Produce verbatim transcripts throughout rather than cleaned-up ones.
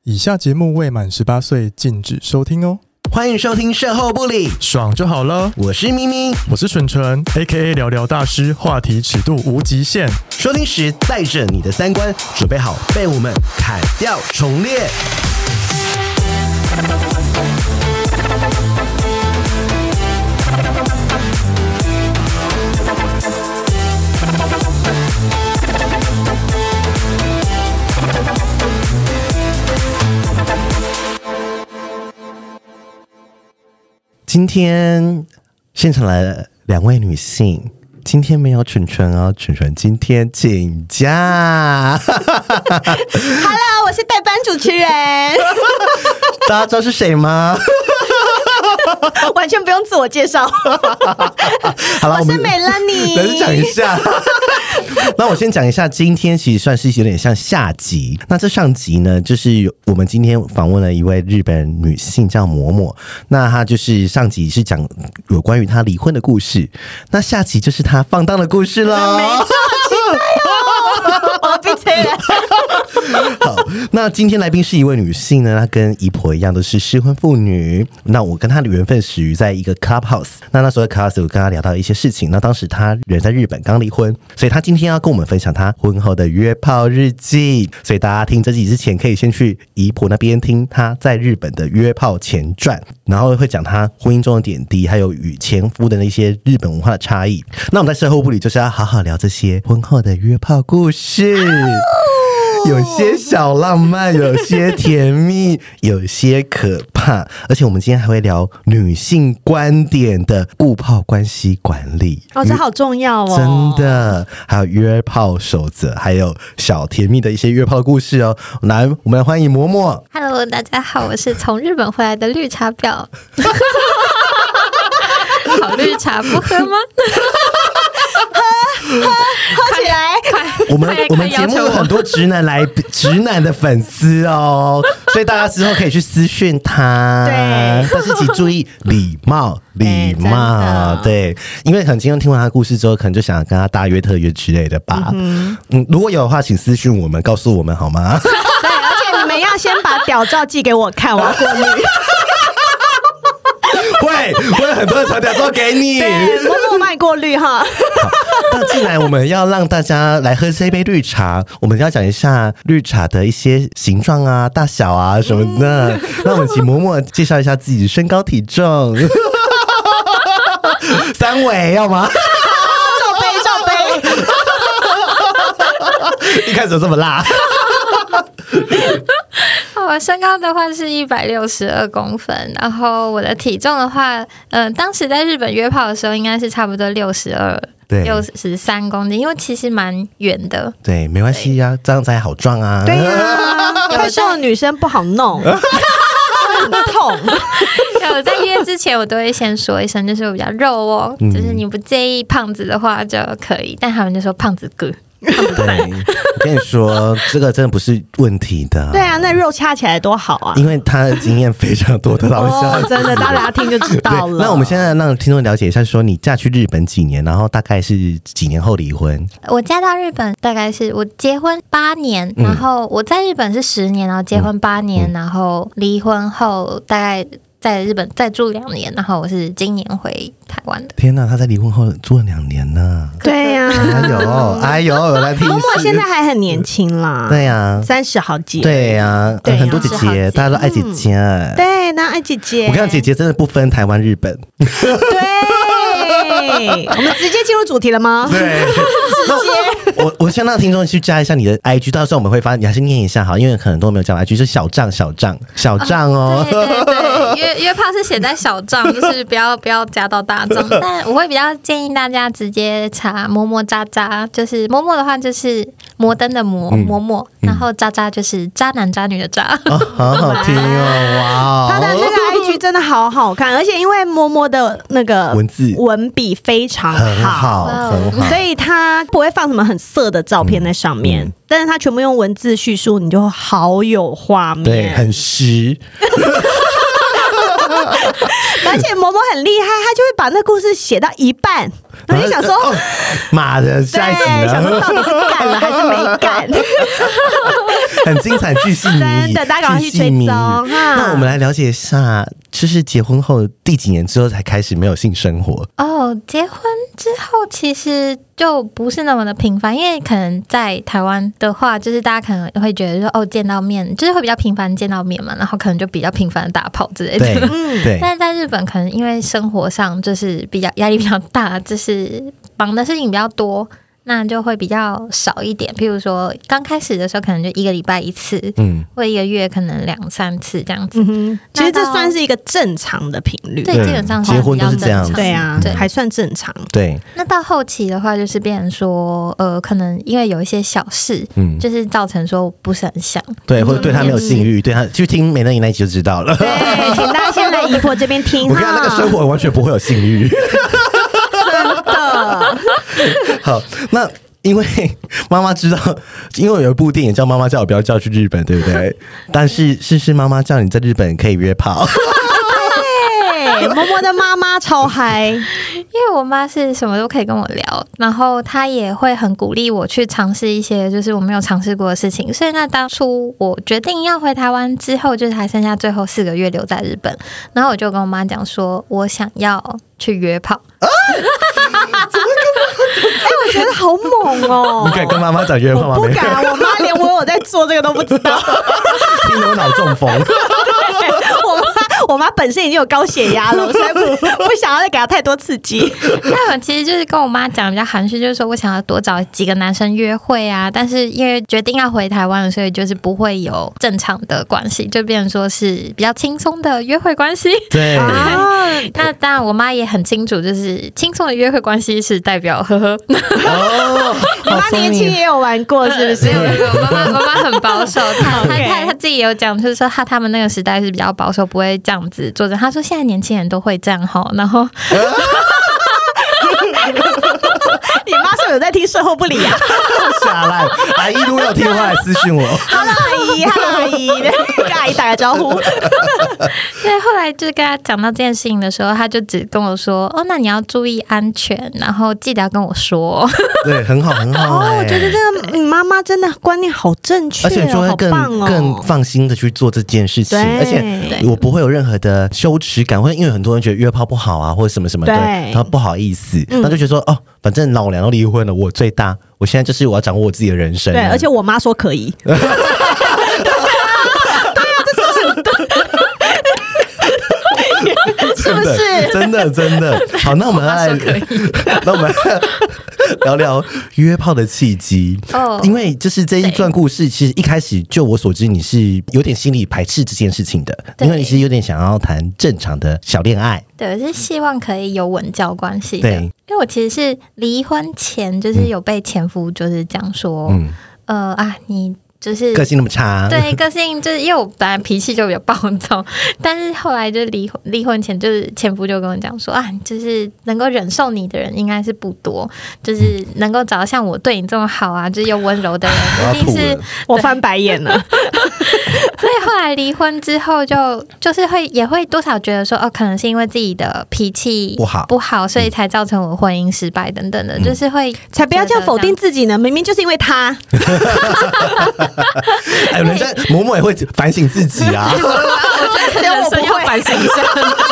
以下节目未满十八岁禁止收听哦。 欢迎收听售后不理， 爽就好了。 我是咪咪， 我是纯纯 A K A 聊聊大师，话题尺度无极限。 收听时带着你的三观，准备好被我们砍掉重练。今天现场来了两位女性，今天没有纯纯哦，纯纯今天请假。 Hello， 我是代班主持人。 大家知道是谁吗？ 完全不用自我介绍。 好了， 我是美乐妮。 来讲一下。那我先讲一下，今天其实算是有点像下集。那这上集呢，就是我们今天访问了一位日本女性叫嬷嬷。那她就是上集是讲有关于她离婚的故事，那下集就是她放荡的故事了。 没错，期待哦！我闭嘴了。 好，那今天来宾是一位女性呢，她跟姨婆一样都是失婚妇女。那我跟她的缘分始于在一个 Clubhouse， 那那时候 Clubhouse 我跟她聊到一些事情。那当时她人在日本刚离婚，所以她今天要跟我们分享她婚后的约炮日记。所以大家听这集之前，可以先去姨婆那边听她在日本的约炮前传，然后会讲她婚姻中的点滴，还有与前夫的那些日本文化的差异。那我们在售后不理就是要好好聊这些婚后的约炮故事。有些小浪漫，有些甜蜜，有些可怕，而且我们今天还会聊女性观点的固炮关系管理哦，这好重要哦， 真的，还有约炮守则，还有小甜蜜的一些约炮故事哦。来，我们来欢迎嬷嬷。 Hello， 大家好，我是从日本回来的绿茶婊。好绿茶不喝吗？ 喝喝起来！ 我们我们节目有很多直男来直男的粉丝哦，所以大家之后可以去私讯他。 对， 但是请注意礼貌，礼貌。对，因为可能今天听完他的故事之后，可能就想跟他大约特约之类的吧。嗯, 嗯，如果有的话，请私讯我们，告诉我们好吗？ 对，而且你们要先把屌照寄给我看，我要过滤。 会会很多人传屌照给你， 对，嬷嬷帮你过滤哈。好， 那进来我们要让大家来喝这杯绿茶，我们要讲一下绿茶的一些形状啊、大小啊什么的。嗯、那我们请嬷嬷介绍一下自己的身高体重。三围要吗？ 罩杯罩杯。一开始就这么辣。 我身高的话是一百六十二公分，然后我的体重的话，呃，当时在日本约炮的时候应该是差不多六十二、六十三公斤，因为其实蛮远的。 对，没关系呀、啊，这样才好壮啊。 对啊，太瘦的女生不好弄，很痛。 我在约之前，我都会先说一声，就是我比较肉哦，嗯、就是你不介意胖子的话就可以，但他们就说胖子哥。 对，我跟你说，这个真的不是问题的。 对啊，那肉掐起来多好啊！ 因为他的经验非常多的老乡、 哦，真的，大家听就知道了。 那我们现在让听众了解一下，说你嫁去日本几年，然后大概是几年后离婚？ 我嫁到日本大概是我结婚八年，嗯、然后我在日本是十年，然后结婚八年，嗯、然后离婚后大概。在日本再住两年，然后我是今年回台湾的。 天哪，他在离婚后住了两年呢。 对呀、 啊，哎呦，哎呦，我来听。 嬷嬷现在还很年轻啦。 对呀、啊， 三十好几。 对呀、啊呃，很多姐姐，大家都爱姐姐。 嗯、对，那爱姐姐。 我看姐姐真的不分台湾、日本。 对，我们直接进入主题了吗？ 对，直接。我我先让听众去加一下你的 I G， 到时候我们会发，你还是念一下好，因为可能都没有加 I G， 是小账小账小账哦。 哦对对对，约约炮是写在小账，就是不要不要加到大账。但我会比较建议大家直接查嬷嬷渣渣，就是嬷嬷的话就是摩登的摩嬷嬷、嗯，然后渣渣就是渣男渣女的渣。 哦，好好听哦，哇哦！ 他的那个 I G 真的好好看，而且因为嬷嬷的那个文字文笔非常好， 很好，很好， 所以他不会放什么很色的照片在上面，嗯、但是他全部用文字叙述，你就好有画面， 对，很湿。 而且嬷嬷很厉害，她就会把那故事写到一半， 然后就想说， 哦妈的，下一集对，想说呢？ 到底是干了还是没干？ 很精彩，巨细靡遗， 真的大家赶快去追踪巨细靡遗哈那我们来了解一下，就是结婚后第几年之后才开始没有性生活？ 哦，结婚之后其实就不是那么的频繁，因为可能在台湾的话，就是大家可能会觉得说，哦，见到面就是会比较频繁见到面嘛，然后可能就比较频繁的打炮之类对的。 对， 但是在日本，可能因为生活上就是比较压力比较大，就是忙的事情比较多，那就会比较少一点。譬如说，刚开始的时候可能就一个礼拜一次，嗯，或一个月可能两三次这样子。 嗯哼，其实这算是一个正常的频率。 对，基本上结婚都是这样子， 对啊， 对， 还算正常。 对。 那到后期的话，就是变成说，呃，可能因为有一些小事，嗯，就是造成说不是很想， 对，或者对他没有性欲，对他去听美乐妮那一集就知道了。 对，请大家先来姨婆这边听。 我跟他那个生活完全不会有性欲， 真的。 好，那。因为妈妈知道，因为有一部电影叫《妈妈叫我不要叫去日本》，对不对？但是是是妈妈叫你在日本可以约炮。 对，默默的妈妈超嗨，因为我妈是什么都可以跟我聊，然后她也会很鼓励我去尝试一些就是我没有尝试过的事情。所以那当初我决定要回台湾之后，就是还剩下最后四个月留在日本，然后我就跟我妈讲说，我想要去约炮。啊哎、欸，我觉得好猛哦！ 你敢跟妈妈讲约炮吗？ 我不敢，我妈连我有在做这个都不知道， 听得我脑中风。 我妈，我妈本身已经有高血压了，所以不不想要再给她太多刺激。 那我其实就是跟我妈讲比较含蓄，就是说我想要多找几个男生约会啊，但是因为决定要回台湾了，所以就是不会有正常的关系，就变成说是比较轻松的约会关系。 对， 啊、 那当然我妈也很清楚，就是轻松的约会关系是代表呵呵。 哦， 你妈年轻也有玩过是不是？ 没有没有，妈妈妈妈很保守，她她她她自己有讲，就是说她他们那个时代是比较保守，不会这样子做的。她说现在年轻人都会这样哈，然后。 你妈是不是有在听售后不理啊？ 下来，阿姨如果有听的话来私讯我。 Hello 阿姨 ，Hello 阿姨，跟阿姨打个招呼。 所以后来就是跟她讲到这件事情的时候，她就只跟我说：“哦，那你要注意安全，然后记得要跟我说。” 对，很好，很好、欸。 哦，我觉得这个妈妈真的观念好正确、哦， 而且就会更、 哦、 更放心的去做这件事情，而且我不会有任何的羞耻感，或者因为很多人觉得约炮不好啊，或者什么什么的，然后不好意思，然后就觉得说哦，反正老娘都离婚了，我最大，我现在就是我要掌握我自己的人生。 对，而且我妈说可以。对啊，这是很对，是不是？ 真的真的。好，那我们来，那我们来聊聊约炮的契机。哦，因为就是这一段故事，其实一开始就我所知，你是有点心理排斥这件事情的，因为你是有点想要谈正常的小恋爱。 对，我是希望可以有稳交关系的。 对， 因为我其实是离婚前，就是有被前夫就是讲说，嗯、呃啊，你。就是个性那么差， 对，个性就是因为我本来脾气就比较暴躁，但是后来就离婚，离婚前就是前夫就跟我讲说啊，就是能够忍受你的人应该是不多，就是能够找到像我对你这么好啊，就是又温柔的人，一定是我翻白眼了。 所以后来离婚之后就，就就是会也会多少觉得说，哦，可能是因为自己的脾气不好不好，所以才造成我婚姻失败等等的，嗯、就是会才不要这样否定自己呢，明明就是因为他。 哎，人家嬷嬷也会反省自己啊。 我觉得只有我不会反省一下。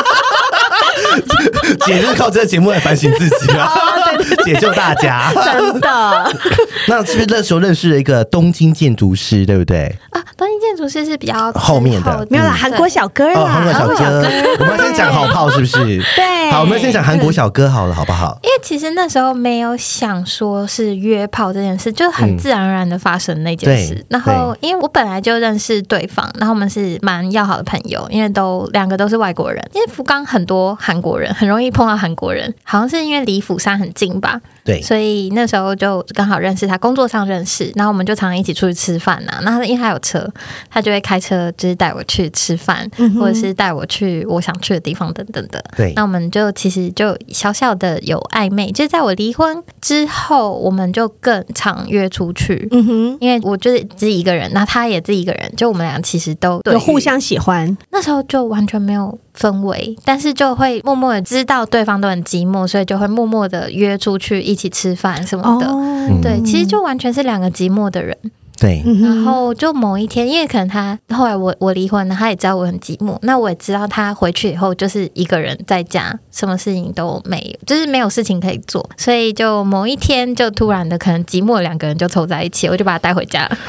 姐就是靠这个节目来反省自己啊，解救大家。 真的。 那是不是那时候认识了一个东京建筑师，对不对？ 啊，东京建筑师是比较后面的， 没有啦，韩国小哥啦， 韩国小哥。我们先讲好炮是不是？ 对。 好，我们先讲韩国小哥好了，好不好？ 因为其实那时候没有想说是约炮这件事，就很自然而然的发生那件事。嗯、然后，因为我本来就认识对方，然后我们是蛮要好的朋友，因为都两个都是外国人。因为福冈很多韩国人，很容易碰到韩国人，好像是因为离釜山很近吧。 对， 所以那时候就刚好认识他，工作上认识，然后我们就常常一起出去吃饭呐、啊。那因为他有车， 他就会开车就是带我去吃饭， 嗯哼或者是带我去我想去的地方等等的。 对， 那我们就其实就小小的有暧昧，就是在我离婚之后，我们就更常约出去。 嗯哼， 因为我就是自己一个人，那他也自己一个人，就我们俩其实都有互相喜欢， 那时候就完全没有氛围，但是就会默默的知道对方都很寂寞，所以就会默默的约出去一起吃饭什么的。 哦、 对，其实就完全是两个寂寞的人。 对， 嗯哼， 然后就某一天，因为可能他后来我我离婚了，他也知道我很寂寞，那我也知道他回去以后就是一个人在家，什么事情都没有，就是没有事情可以做，所以就某一天就突然的可能寂寞两个人就凑在一起，我就把他带回家了。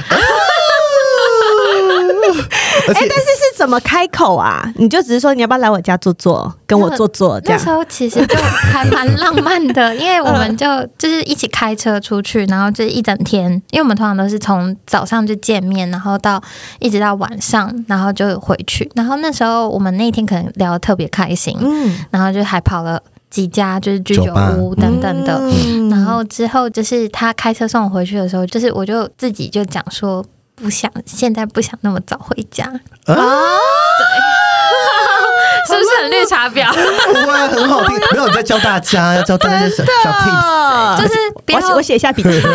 哎、但是是怎么开口啊？你就只是说你要不要来我家坐坐，跟我坐坐这样。 那时候其实就还蛮浪漫的，因为我们就就是一起开车出去，然后就一整天，因为我们通常都是从早上就见面，然后到一直到晚上，然后就回去。然后那时候我们那一天可能聊得特别开心，嗯，然后就还跑了几家就是居酒屋等等的。嗯、然后之后就是他开车送我回去的时候，就是我就自己就讲说。不想，现在不想那么早回家啊！对，是不是很绿茶婊？ 不会，很好听。没有，你在教大家，要教大家小小 tips， 就是不要我写一下笔记。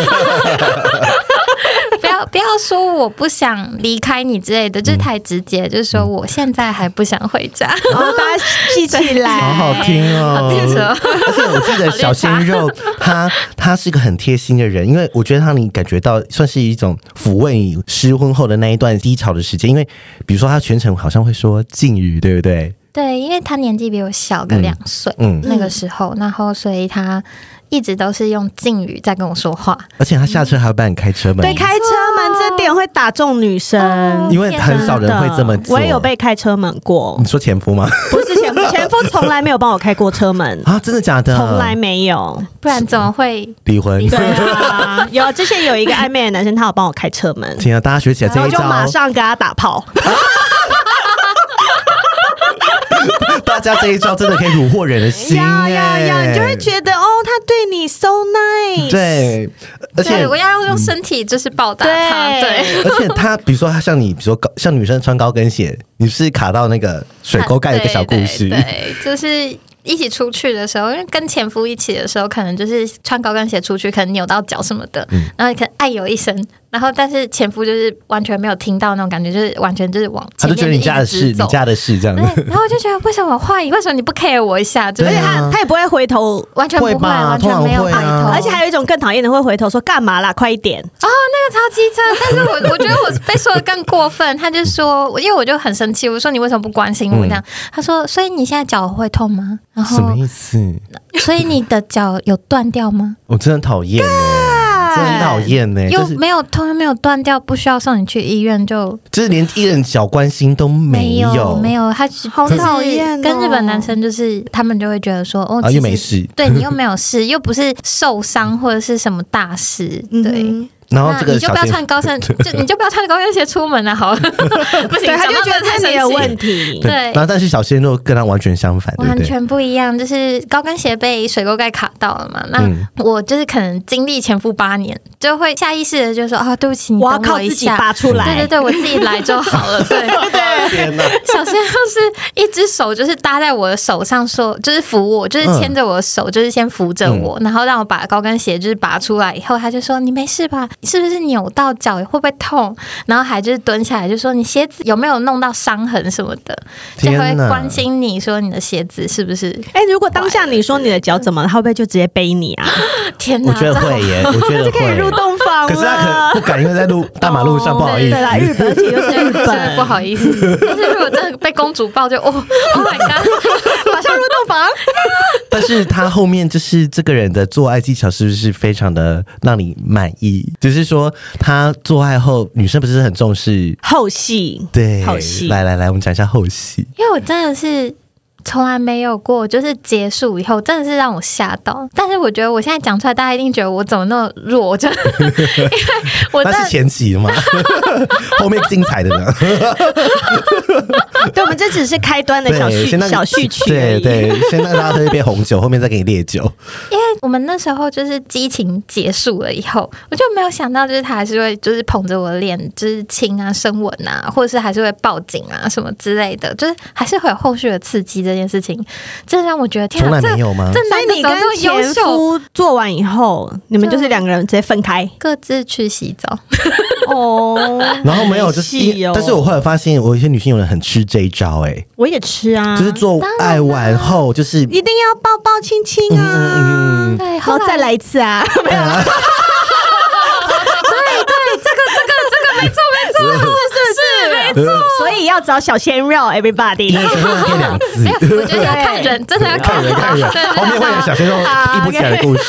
不要不要说我不想离开你之类的，就是太直接，就是说我现在还不想回家。 然后大家记起来， 好好听哦。 好记者， 而且我记得小鲜肉他他是个很贴心的人，因为我觉得他你感觉到算是一种抚慰你失婚后的那一段低潮的时间，因为比如说他全程好像会说敬语，对不对？ 对，因为他年纪比我小个两岁，嗯，那个时候，然后所以他一直都是用敬语在跟我说话， 而且他下车还要帮你开车门。 对，开车门这点会打中女生，哦、 因为很少人会这么做。 我也有被开车门过。 你说前夫吗？ 不是前夫，前夫从来没有帮我开过车门啊！真的假的？ 从来没有， 不然怎么会离婚？ 对啊，有之前有一个暧昧的男生，他有帮我开车门。 天啊，大家学起来这一招， 然后就马上跟他打炮。 大家这一招真的可以虏获人的心， 要要要，你就会觉得哦，他对你 so nice。 对，而且我要用身体就是报答他。嗯、对， 而且他比如说他像你，比如说高像女生穿高跟鞋，你是卡到那个水沟盖的一个小故事， 对, 对, 对，就是一起出去的时候，因为跟前夫一起的时候，可能就是穿高跟鞋出去，可能扭到脚什么的，嗯、然后可能哎呦一声。然后，但是前夫就是完全没有听到那种感觉，就是完全就是往前面， 他就觉得你家的事，你家的事这样子。 然后我就觉得，为什么我怀疑？为什么你不 care 我一下？就是他他也不会回头， 完全不会，完全没有回头。 而且还有一种更讨厌的，会回头说干嘛啦？快一点！ 哦，那个超机车。但是我我觉得我被说的更过分。他就说，因为我就很生气，我说你为什么不关心我这样？他说，所以你现在脚会痛吗？然后什么意思？ 所以你的脚有断掉吗？ 我真的讨厌。真的很讨厌呢， 又没有痛又没有断掉，不需要送你去医院，就就是连一点小关心都没有， 没有，没有他好讨厌、哦。 跟日本男生就是他们就会觉得说，哦， 啊、又没事， 对你又没有事，又不是受伤或者是什么大事，对。嗯然后这个你就不要穿高跟，就你就不要穿高跟鞋出门了，好了，不行， 他就觉得是你的问题。 对，然后但是小鲜肉跟他完全相反， 完全不一样，就是高跟鞋被水沟盖卡到了嘛。那我就是可能经历前夫八年，就会下意识的就说啊，对不起，你等我一下， 我要靠自己拔出来。 对对对，我自己来就好了。对对，小鲜肉是一只手就是搭在我的手上，说就是扶我，就是牵着我的手，就是先扶着我，然后让我把高跟鞋就是拔出来以后，他就说你没事吧？是不是扭到脚会不会痛？然后还就是蹲下来就说你鞋子有没有弄到伤痕什么的，就会关心你说你的鞋子是不是？ 哎、欸，如果当下你说你的脚怎么了，他会不会就直接背你啊？ 天哪， 我觉得会耶，我觉得会， 就可以入洞房了。 可是他可能不敢，因为在路大马路上，不好意思。 对啦，日本而且又是日本， 不好意思。但是如果真的被公主抱就，就哦 ，Oh my god， 马上入洞房。 但是他后面就是这个人的做爱技巧是不是非常的让你满意？就是说他做爱后，女生不是很重视后戏？ 对， 后戏。 来来来，我们讲一下后戏。 因为我真的是从来没有过，就是结束以后真的是让我吓到。但是我觉得我现在讲出来，大家一定觉得我怎么那么弱，就因为我那是前期的吗？后面精彩的呢？ 对，我们这只是开端的小序小序曲。 对对，现在大家都会变红酒，后面再给你烈酒。 因为我们那时候就是激情结束了以后，我就没有想到，就是他还是会就是捧着我的脸，就是亲啊、深吻啊，或者是还是会报警啊什么之类的，就是还是会有后续的刺激。这件事情，真的让我觉得天啊， 从来没有吗？ 这男的所以你跟怎么那么优前秀？ 夫做完以后，你们就是两个人直接分开各自去洗澡。 哦。 然后没有，就是因、 哦、 但是我后来发现，我有一些女性有人很吃这一招、欸，哎， 我也吃啊， 就是做爱完后，就是一定要抱抱亲亲啊，嗯嗯嗯对， 然后再来一次啊，没有啊。没错没错，是是是，没错。所以要找小鲜肉 ，everybody。 小鲜肉可以两次， 没有，我觉得要看人，真的要看人看人，后面会有小鲜肉硬不起来的故事。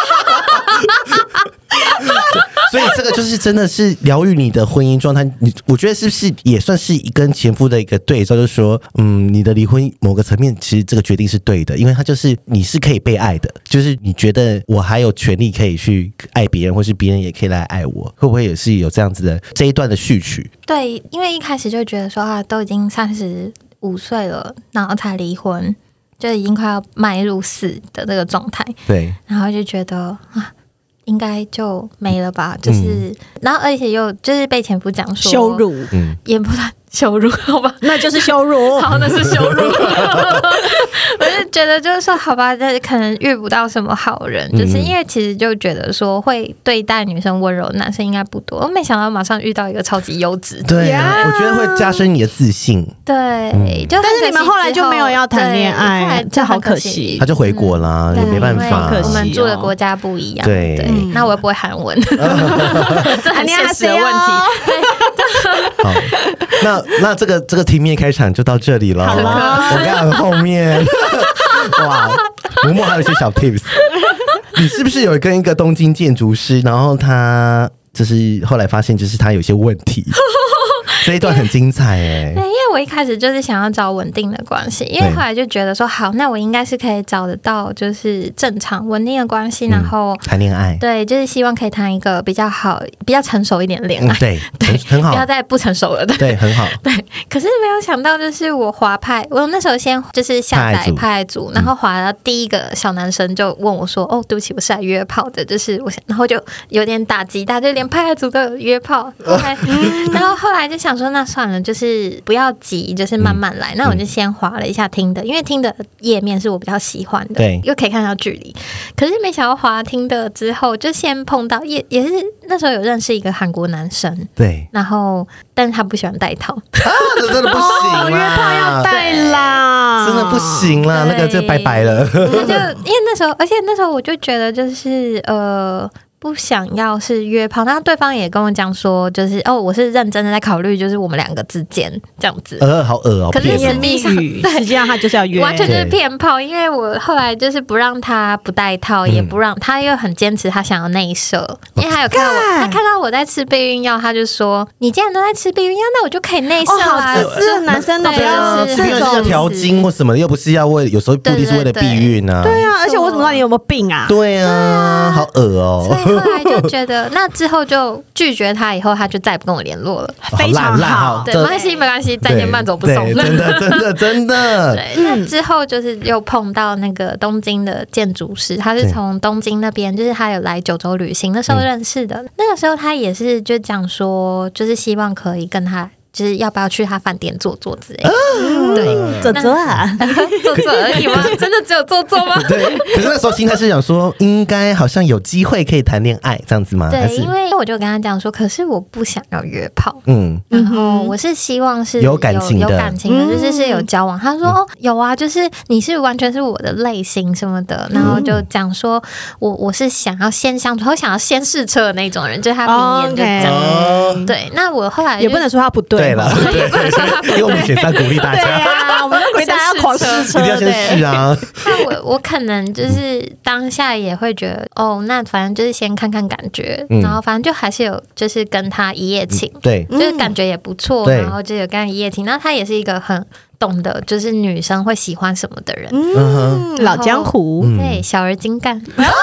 所以这个就是真的是疗愈你的婚姻状态。你我觉得是不是也算是跟前夫的一个对照，就是说，嗯，你的离婚某个层面，其实这个决定是对的，因为他就是你是可以被爱的，就是你觉得我还有权利可以去爱别人，或是别人也可以来爱我，会不会也是有这样子的这一段的序曲？ 对，因为一开始就觉得说啊，都已经三十五岁了，然后才离婚，就已经快要迈入死的这个状态， 对， 然后就觉得啊。应该就没了吧，就是，嗯、然后而且又就是被前夫讲说羞辱， 嗯， 也不算羞辱，好吧， 那就是羞辱， 好，那是羞辱。我就觉得就是说，好吧，这可能遇不到什么好人，嗯、就是因为其实就觉得说会对待女生温柔的男生应该不多，我没想到马上遇到一个超级优质的， 对啊，我觉得会加深你的自信。 对，嗯、就但是你们后来就没有要谈恋爱，这好可惜。 他就回国啦，嗯、也没办法， 可惜、哦、 我们住的国家不一样， 对。 对嗯、那我也不会韩文，这很现实的问题。 好，那那这个这个题面开场就到这里了。 好了， 我看后面，哇，嬷嬷还有一些小 tips。你是不是有跟一个东京建筑师，然后他就是后来发现就是他有些问题？这一段很精彩哎、欸， 对，因为我一开始就是想要找稳定的关系，因为后来就觉得说，好，那我应该是可以找得到就是正常稳定的关系，然后谈恋爱， 对，就是希望可以谈一个比较好、比较成熟一点的恋爱， 嗯、对， 对， 很好， 不要再不成熟了，对， 对，很好， 对。可是没有想到，就是我滑派，我那时候先就是下载派爱组，然后滑到第一个小男生就问我说：“哦，对不起，我是来约炮的。”就是我，然后就有点打击他，就连派爱组都有约炮。OK，然后后来就想说，那算了，就是不要急，就是慢慢来。嗯、那我就先滑了一下听的，因为听的页面是我比较喜欢的， 对， 又可以看到距离。可是没想到滑听的之后，就先碰到也也是那时候有认识一个韩国男生， 对， 然后但是他不喜欢戴套， 啊，这真的不行啦， 哦、约炮要戴啦， 真的不行啦，那个就拜拜了。 就因为那时候，而且那时候我就觉得就是呃。不想要是约炮，那对方也跟我讲说，就是哦，我是认真的在考虑，就是我们两个之间这样子。 呃，好恶哦、喔！ 可是实际上，对， 实际上他就是要约， 完全就是骗炮。因为我后来就是不让他不戴套，也不让他，又很坚持他想要内射，因为他有看到我，他看到我在吃避孕药，他就说：“你既然都在吃避孕药，那我就可以内射啊。 哦”好自私，男生的对啊，吃避孕药是调经或什么的，又不是要为，有时候目的是为了避孕啊。 对啊，而且我怎么知道你有没有病啊？ 对啊，好恶哦、 喔！所以后来就觉得。那之后就拒绝他，以后他就再也不跟我联络了， 非常好。 对，没关系，没关系，再见慢走不送。 真的，真的，真的。 对，那之后就是又碰到那个东京的建筑师，他是从东京那边，就是他有来九州旅行的时候认识的。嗯、那个时候他也是就讲说，就是希望可以跟他。就是要不要去他饭店坐坐之类的？嗯、对， 坐坐啊， 坐坐而已吗？真的只有坐坐吗？ 对。可是那时候心态是想说，应该好像有机会可以谈恋爱这样子吗？ 对，因为我就跟他讲说，可是我不想要约炮，嗯，然后我是希望是有感情的， 有感情的，就是是有交往。他说、嗯、哦，有啊，就是你是完全是我的类型什么的，然后就讲说我我是想要先相处，我想要先试车的那种人，就是他明言就讲。 哦、 对，那我后来也不能说他不对。 对了， 也不能说他不对， 因为我们选在鼓励大家。 对啊，我们鼓励大家要狂试车， 一定要先试啊。 那我我可能就是当下也会觉得，哦，那反正就是先看看感觉， 嗯、 然后反正就还是有就是跟他一夜情， 嗯、对， 就是感觉也不错， 嗯、 然后就有跟他一夜情，那他也是一个很懂得就是女生会喜欢什么的人， 嗯，老江湖， 嗯、 对，小而精干。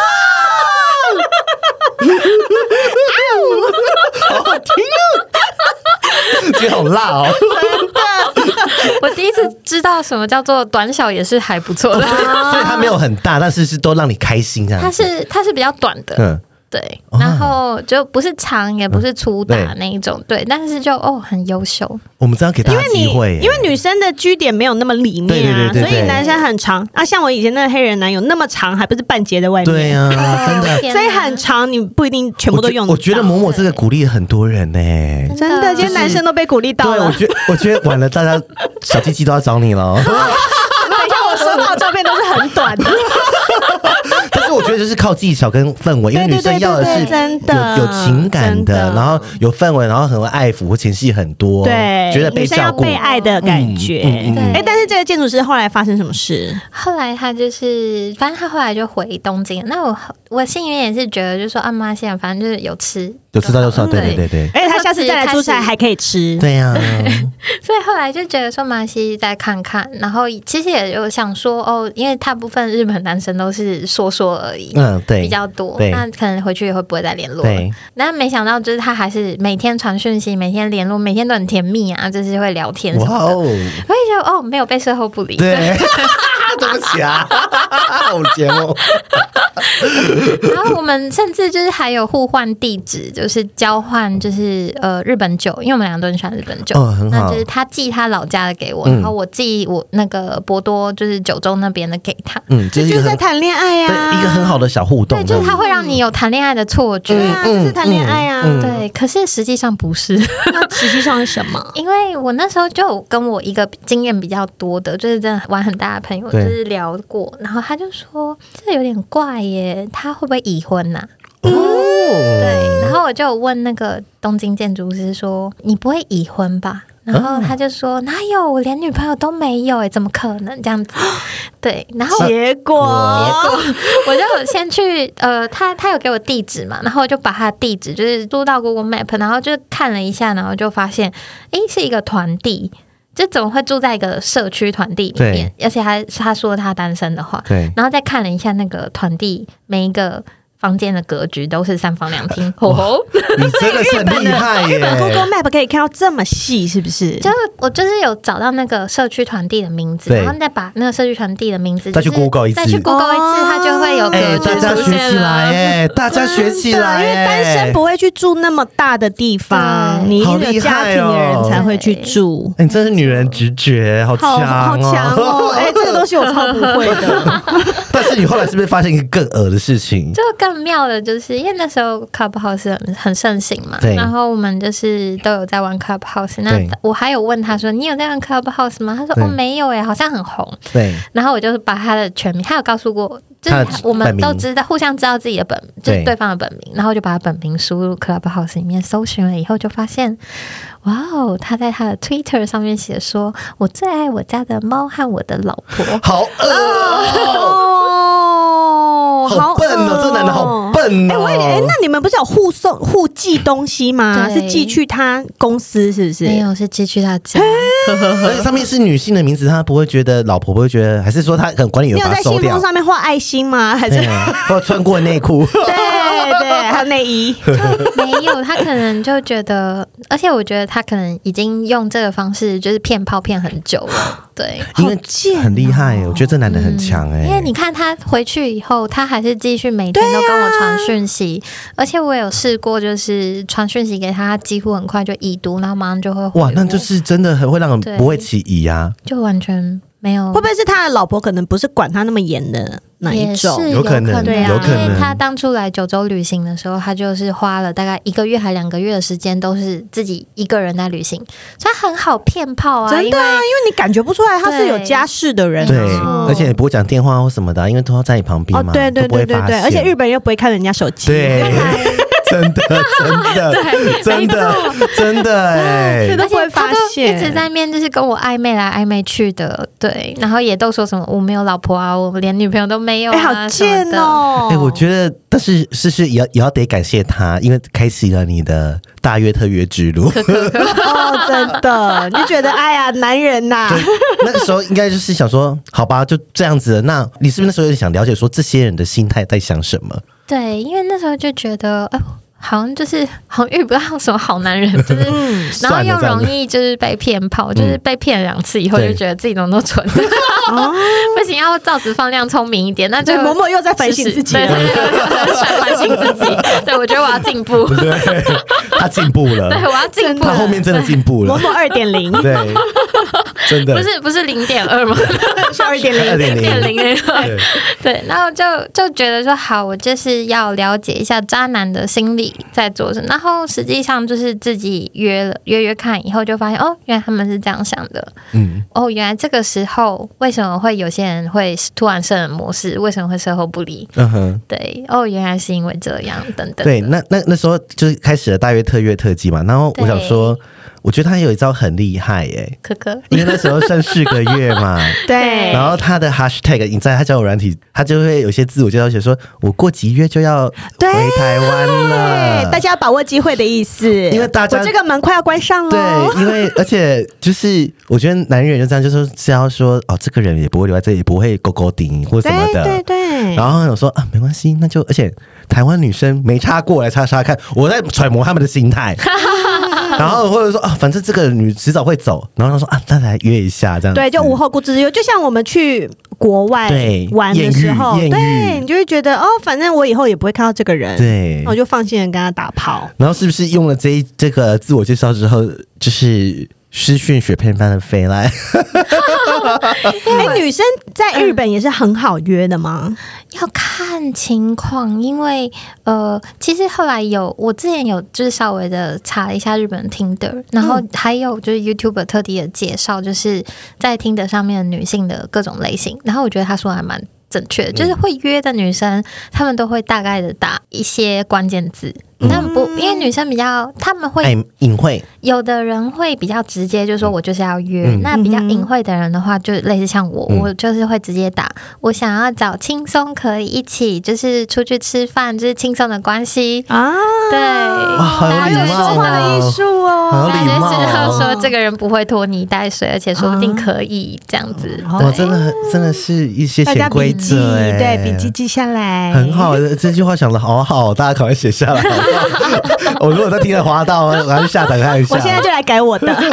好好听啊！今天好辣哦！ 真的， 我第一次知道什么叫做短小也是还不错的， 哦、所以它没有很大，但是是都让你开心这样子。 它是它是比较短的，嗯。对，然后就不是长也不是粗打那一种，嗯、对, 对，但是就哦很优秀。 我们这样给大家机会， 因为女生的居点没有那么里面啊， 对对对对对， 所以男生很长啊。像我以前那个黑人男友那么长，还不是半截在外面？ 对啊，真的， 所以很长，你不一定全部都用得到。 我觉得某某这个鼓励很多人呢、欸， 真的，今天男生都被鼓励到了。 对，我觉得我觉得完了，大家小鸡鸡都要找你了。 等一下，我收到的照片都是很短的。 但是我觉得就是靠技巧跟氛围，因为女生要的是真的有情感的，然后有氛围，然后很会爱抚或前戏很多， 对， 觉得被照顾、 被爱的感觉。哎、嗯嗯嗯欸，但是这个建筑师后来发生什么事？ 后来他就是，反正他后来就回东京。那我我心里面也是觉得，就是说，啊妈，现在反正就是有吃， 有吃到就吃，对对对对。 而且他下次再来出差还可以吃， 对呀、啊。 所以后来就觉得说，马来西亚再看看，然后其实也有想说，哦，因为大部分日本男生都是说说而已， 嗯，对， 比较多，那可能回去也会不会再联络了？ 对。 但没想到，就是他还是每天传讯息，每天联络，每天都很甜蜜啊，就是会聊天什么的。哇哦！我也觉得哦，没有被售后不理。 对。对不起啊，我们节目。 然后我们甚至就是还有互换地址，就是交换，就是呃日本酒，因为我们两个都很喜欢日本酒， 哦，很好。 那就是他寄他老家的给我，嗯、然后我寄我那个博多就是九州那边的给他。 嗯， 这就是在谈恋爱呀、 啊，对，一个很好的小互动。 对，就是他会让你有谈恋爱的错觉， 对啊，这、嗯、是谈恋爱啊、 嗯嗯。 对，可是实际上不是。 那实际上是什么？ 因为我那时候就跟我一个经验比较多的，就是真的玩很大的朋友。就是聊过，然后他就说这有点怪耶，他会不会已婚呐、啊？哦，对，然后我就问那个东京建筑师说：“你不会已婚吧？”然后他就说：“哪有，我连女朋友都没有哎，怎么可能这样子？”对，然后结果结果我就先去呃，他他有给我地址嘛，然后我就把他的地址就是输到 Google Map， 然后就看了一下，然后就发现哎是一个团地。就怎么会住在一个社区团地里面，而且还他说他单身的话， 对， 然后再看了一下那个团地每一个房间的格局都是三房两厅，哦， 你真的是很厉害耶！ 日本 Google Map 可以看到这么细，是不是？ 就是我就是有找到那个社区团地的名字，然后再把那个社区团地的名字、就是、 再去 Google 一次， 再去 Google 一次，它就会有格局出现了。 大家学起来耶！大家学起来耶！ 因为单身不会去住那么大的地方，你一定有家庭的人才会去住。 欸、你真是女人直觉，好强哦！ 好强哦！哎、欸，这个东西我超不会的。 但是你后来是不是发现一个更恶的事情？ 就更妙的就是，因为那时候 Clubhouse 很很盛行嘛，然后我们就是都有在玩 Clubhouse。那我还有问他说：“你有在玩 Clubhouse 吗？”他说：“哦，没有哎，好像很红。” 对。 然后我就把他的全名，他有告诉过，就是我们都知道，互相知道自己的本，就是对方的本名，然后就把他本名输入 Clubhouse 里面搜寻了以后，就发现，哇哦，他在他的 Twitter 上面写说：“我最爱我家的猫和我的老婆。” 好恶哦，好笨哦，这男的好笨哦。 哎、欸，哎、欸，那你们不是有互送互寄东西吗？是寄去他公司是不是？ 没有，是寄去他家。 而且上面是女性的名字，他不会觉得老婆不会觉得，还是说他可能管理员把它收掉？ 你有在信封上面画爱心吗？还是或者穿过内裤？ 对对，还有内衣。 没有，他可能就觉得，而且我觉得他可能已经用这个方式就是骗炮骗很久了。对， 因为很厉害、欸，我觉得这男的很强哎、欸嗯。因为你看他回去以后，他还是继续每天都跟我传讯息，啊、而且我有试过，就是传讯息给他，他几乎很快就已读，然后马上就会回我。 哇，那就是真的很会让人不会起疑啊， 就完全没有。 会不会是他的老婆可能不是管他那么严的那一种？ 有可能， 对啊， 有可能。 因为他当初来九州旅行的时候，他就是花了大概一个月还两个月的时间，都是自己一个人在旅行，所以他很好骗炮啊。 真的啊，因为你感觉不出来他是有家室的人、啊， 对，而且也不会讲电话或什么的，因为都要在你旁边嘛， 哦，对对对对对，而且日本人又不会看人家手机， 对。 真的真的真的真的哎、 这都不会发现， 一直在面就是跟我暧昧来暧昧去的，对，然后也都说什么我没有老婆啊，我连女朋友都没有啊， 哎、好贱哦！ 哎、欸，我觉得，但是是是也要也要得感谢他，因为开启了你的大约特约之路。 哦，真的，你就觉得哎呀，男人呐、啊， 那个时候应该就是想说，好吧，就这样子了。那你是不是那时候有点想了解说这些人的心态在想什么？ 对，因为那时候就觉得，哎、呃。好像就是好像遇不到什么好男人，就是，嗯、然后又容易就是被骗炮，嗯、就是被骗两次以后就觉得自己怎么都蠢，哦、不行，要照直放亮，聪明一点。那就嬷嬷又在反省自己了， 对对对，在反省自己。对，我觉得我要进步， 对，他进步了， 对，我要进步， 他后面真的进步了， 嬷嬷二点零， 对，真的不是不是零点二吗？ 是二点零， 二点零， 对对，然后就就觉得说，好，我就是要了解一下渣男的心理。在做什么？然后实际上就是自己约了约约看，以后就发现哦，原来他们是这样想的。嗯，哦，原来这个时候为什么会有些人会突然圣人模式？为什么会售后不理？嗯哼，对，哦，原来是因为这样，等等。 对，那那那时候就是开始了大约特约特辑嘛，然后我想说。我觉得他有一招很厉害耶、欸， 可可， 因为那时候剩四个月嘛， 对， 然后他的 hashtag 你在他交友软体，他就会有些自我介绍写说，我过几月就要回台湾了， 大家要把握机会的意思， 因为大家我这个门快要关上了， 对，因为而且就是我觉得男人就这样，就是只要说哦，这个人也不会留在这里，也不会勾勾顶或什么的， 对对对， 然后有说啊，没关系，那就而且台湾女生没差过来查查看，我在揣摩他们的心态。然后或者说啊，反正这个女迟早会走，然后他说啊，那来约一下这样子。 对，就无后顾之忧，就像我们去国外玩的时候，对你就会觉得哦，反正我以后也不会看到这个人， 对， 我就放心的跟他打炮。 然后是不是用了这一这个自我介绍之后，就是失讯雪片般的飞来？ 哎，女生在日本也是很好约的吗？ 要看情况，因为呃，其实后来有我之前有就是稍微的查了一下日本的 Tinder， 然后还有就是 YouTube 特地的介绍，就是在 Tinder 上面的女性的各种类型，然后我觉得他说还蛮正确的，就是会约的女生，她们都会大概的打一些关键字。但不，因为女生比较，他们会隐晦， 有的人会比较直接，就说我就是要约。嗯、那比较隐晦的人的话，就类似像我，嗯、我就是会直接打，我想要找轻松可以一起，就是出去吃饭，就是轻松的关系啊。对， 哇，好有礼貌、哦， 说话的艺术哦， 好有礼貌、哦。 然后说这个人不会拖泥带水，而且说不定可以这样子。 哇，真的真的是一些潜规则哎， 对，笔记记下来， 很好。这句话想的好好，大家赶快写下来好不好。我如果在听了滑到，我要去下载看一下。 我现在就来改我的。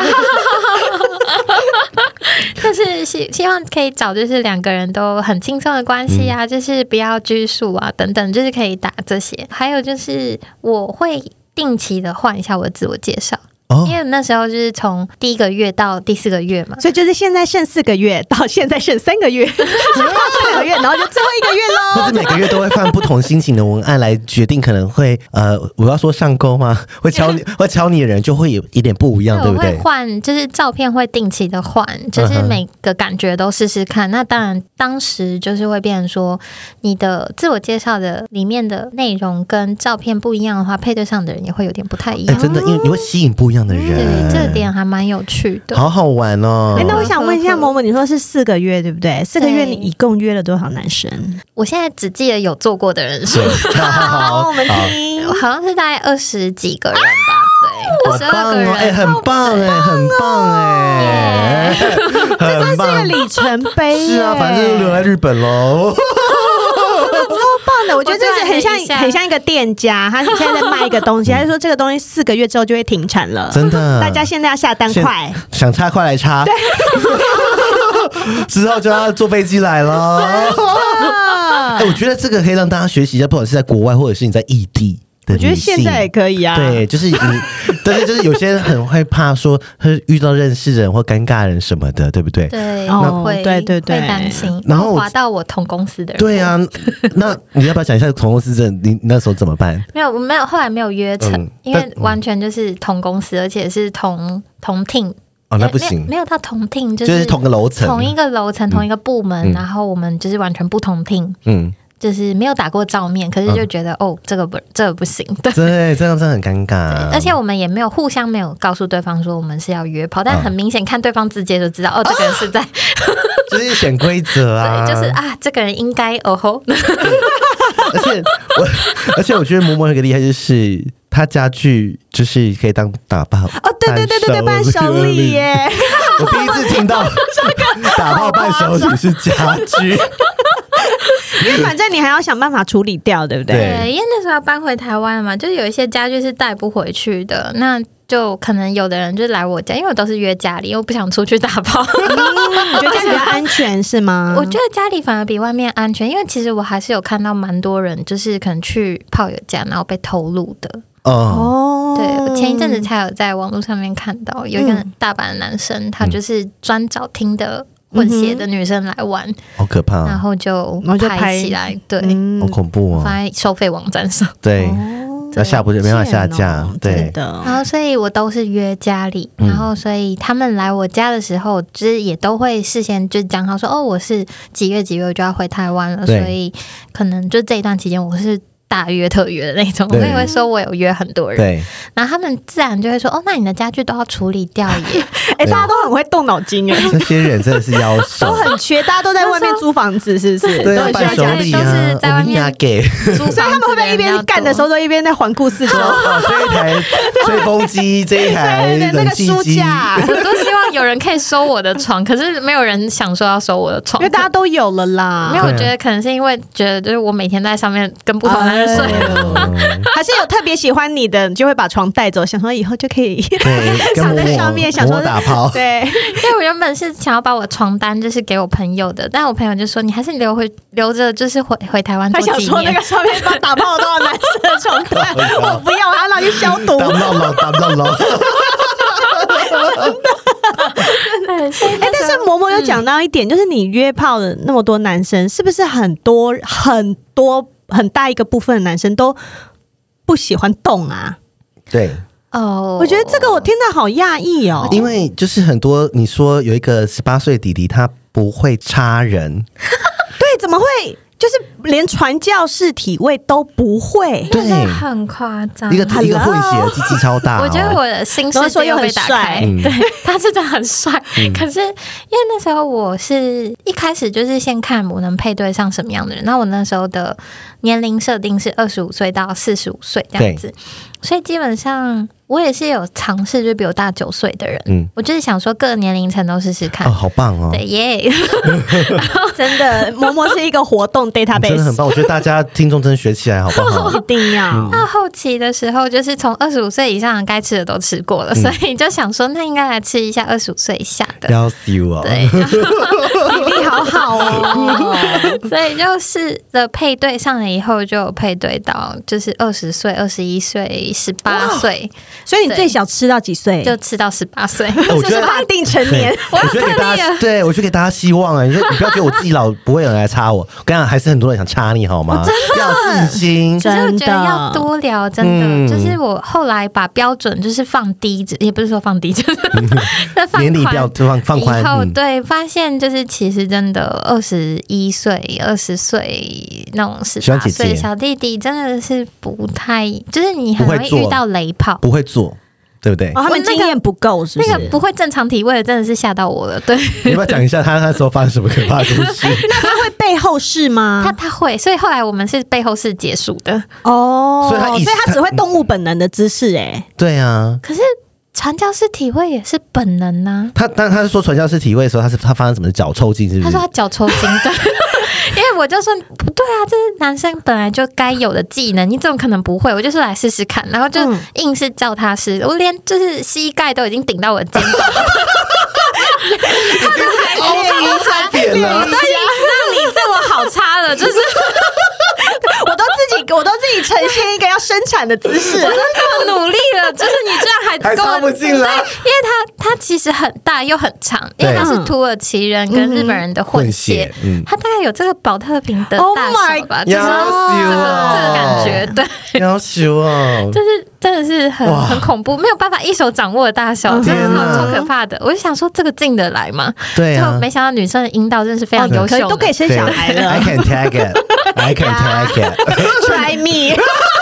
就是希希望可以找就是两个人都很轻松的关系啊，嗯、就是不要拘束啊等等，就是可以打这些。还有就是我会定期的换一下我的自我介绍。因为那时候就是从第一个月到第四个月嘛， 所以就是现在剩四个月，到现在剩三个月，两个月，然后就最后一个月喽。 或是每个月都会换不同心情的文案来决定，可能会呃，我要说上钩吗？会敲你，会敲你的人就会有一点不一样，对不对？ 会换，就是照片会定期的换，就是每个感觉都试试看。那当然，当时就是会变成说，你的自我介绍的里面的内容跟照片不一样的话，配对上的人也会有点不太一样。 欸、真的，因为你会吸引不一样的人。 对，这个点还蛮有趣的， 好好玩哦。 哎、欸，那我想问一下某某，你说是四个月对不对？四个月你一共约了多少男生？ 我现在只记得有做过的人数， 好，我们听， 好像是大概二十几个人吧，对，二十二个人， 哎、欸，很棒哎、欸，很棒哎、欸， 这算是一个里程碑、欸。 是啊，反正就留在日本喽。 超棒的，我觉得这是很像很像一个店家，他现在在卖一个东西，他就说这个东西四个月之后就会停产了， 真的， 大家现在要下单快， 想插快来插，对，之后就要坐飞机来了。哎，我觉得这个可以让大家学习一下，不管是在国外或者是你在异地。 我觉得现在也可以啊， 对，就是你，但是就是有些人很会怕说会遇到认识人或尴尬人什么的，对不对？ 对， 哦， 会， 对对对， 会担心， 然后滑到我同公司的人。 对啊，那你要不要讲一下同公司人？你那时候怎么办？ 没有，没有，后来没有约成，嗯、因为完全就是同公司，而且是同同 team。 哦，那不行， 没有到同 team， 就是、就是同个楼层， 同一个楼层，同一个部门，嗯、然后我们就是完全不同 team。嗯。 就是没有打过照面，可是就觉得、嗯、哦，这个不，这个不行，对， 对，这样真的很尴尬。 而且我们也没有互相没有告诉对方说我们是要约炮，但很明显看对方字节就知道，哦，这个人是在， 就是选规则啊， 对，就是啊，这个人应该哦吼。 而且我，而且我觉得嬷嬷有个厉害就是。他家具就是可以当打炮哦，对对对对对，伴手礼耶！ 我第一次听到打炮伴手礼是家具， 因为反正你还要想办法处理掉，对不对？ 对，因为那时候要搬回台湾嘛，就是有一些家具是带不回去的，那就可能有的人就来我家，因为我都是约家里，因为我不想出去打炮。 嗯、你觉得家里比较安全是吗？ 我觉得家里反而比外面安全，因为其实我还是有看到蛮多人，就是可能去炮友家，然后被偷录的。 哦， 对，我前一阵子才有在网络上面看到有一个大阪的男生，嗯、他就是专找听的混血的女生来玩，嗯、 好可怕， 然后就拍起来，对， 嗯、好恐怖哦， 放在收费网站上， 对。要下不就没办法下架，对的。 然后所以我都是约家里，嗯、然后所以他们来我家的时候，就是也都会事先就讲好说，哦，我是几月几月我就要回台湾了，所以可能就这一段期间我是大约特约的那种，我也会说我有约很多人， 对， 然后他们自然就会说，哦，那你的家具都要处理掉耶。 哎、欸，大家都很会动脑筋哎， 这些人真的是妖兽， 都很缺，大家都在外面租房子，是不是？ 对，伴手礼啊， 都是在外面给， 所以他们会不会一边干的时候都一边在环顾四周？ 哦，这一台吹风机，这一台冷气机， 那个、 我都希望有人可以收我的床，可是没有人想说要收我的床， 因为大家都有了啦。 没有，我觉得可能是因为觉得就是我每天在上面跟不同的人睡。哎还是有特别喜欢你的，你就会把床带走，想说以后就可以躺在上面，想说打炮。 对，因为我原本是想要把我床单就是给我朋友的，但我朋友就说你还是留回留着，就是回回台湾做纪念。 他想说那个上面把打炮都有男生的床单，我不要，我要拿去消毒。 打不到老，打不到老。 哎、欸，但是嬷嬷有讲到一点，嗯、就是你约炮的那么多男生，是不是很多很多？很大一个部分的男生都不喜欢动啊， 对哦， oh, 我觉得这个我听到好讶异哦， 因为就是很多你说有一个十八岁弟弟他不会插人， 对，怎么会？就是连传教士体位都不会， 对， 很夸张。 一个一个混血的鸡鸡超大、哦， 我觉得我的新世界又被打开。 嗯、 对，他是真的很帅、嗯。可是因为那时候我是一开始就是先看我能配对上什么样的人，那我那时候的年龄设定是二十五岁到四十五岁这样子，所以基本上我也是有尝试，就比我大九岁的人，嗯，我就是想说各个年龄层都试试看。 哦，好棒哦！ 对耶， 真的，嬷嬷是一个活动 database， 真的很棒。我觉得大家听众真的学起来好不好？ 一定要。 到、嗯、后期的时候，就是从二十五岁以上的该吃的都吃过了、嗯，所以就想说，那应该来吃一下二十五岁以下的。 要死我！ 对， 体力好好哦。 所以就是的配对上了以后，就有配对到就是二十岁、二十一岁、十八岁。 所以你最小吃到几岁？ 就吃到十八岁， 这是法定成年。 我觉得给大家，对我就给大家希望啊！你说你不要觉得我自己老，不会有人来插我。我跟你讲，还是很多人想插你，好吗？ 哦、真的要自信， 真的。我觉得要多聊，真的、嗯。就是我后来把标准就是放低，也不是说放低，就是放年龄标放放宽。 以后对，发现就是其实真的二十一岁、二十岁那种十八岁小弟弟，真的是不太，就是你很容易遇到雷炮， 不会做。对不对？ 哦，他们经验不够，是不是？ 那个不会正常体位的，真的是吓到我了。对， 你要不要讲一下他那时候发生什么可怕的故事？ 那他会背后式吗？ 他他会，所以后来我们是背后式结束的。 哦，所以他所以他只会动物本能的姿势，哎， 对啊。 可是传教士体位也是本能啊。 他但他是说传教士体位的时候，他是他发生什么脚抽筋，是不是？ 他说他脚抽筋，对。因为我就说不对啊，这是男生本来就该有的技能，你怎么可能不会？我就说来试试看，然后就硬是叫他试，嗯、我连就是膝盖都已经顶到我的肩膀了，他就还练瑜伽， 扁了， 我都已经让你这么好插了，就是我都自己我都自己呈现一个要生产的姿势， 我都这么努力了，就是你居然还还插不进来， 因为他他它其实很大又很长，因为它是土耳其人跟日本人的混血， 嗯、 它大概有这个保特瓶的大小吧， oh、 就是这个这个感觉，对， 要求哦， 就是真的是很很恐怖，没有办法一手掌握的大小，真的超可怕的。我就想说，这个进得来吗？ 对啊， 就没想到女生的阴道真的是非常优秀的， 都可以生小孩了。 I can take it, I can take it. Try me.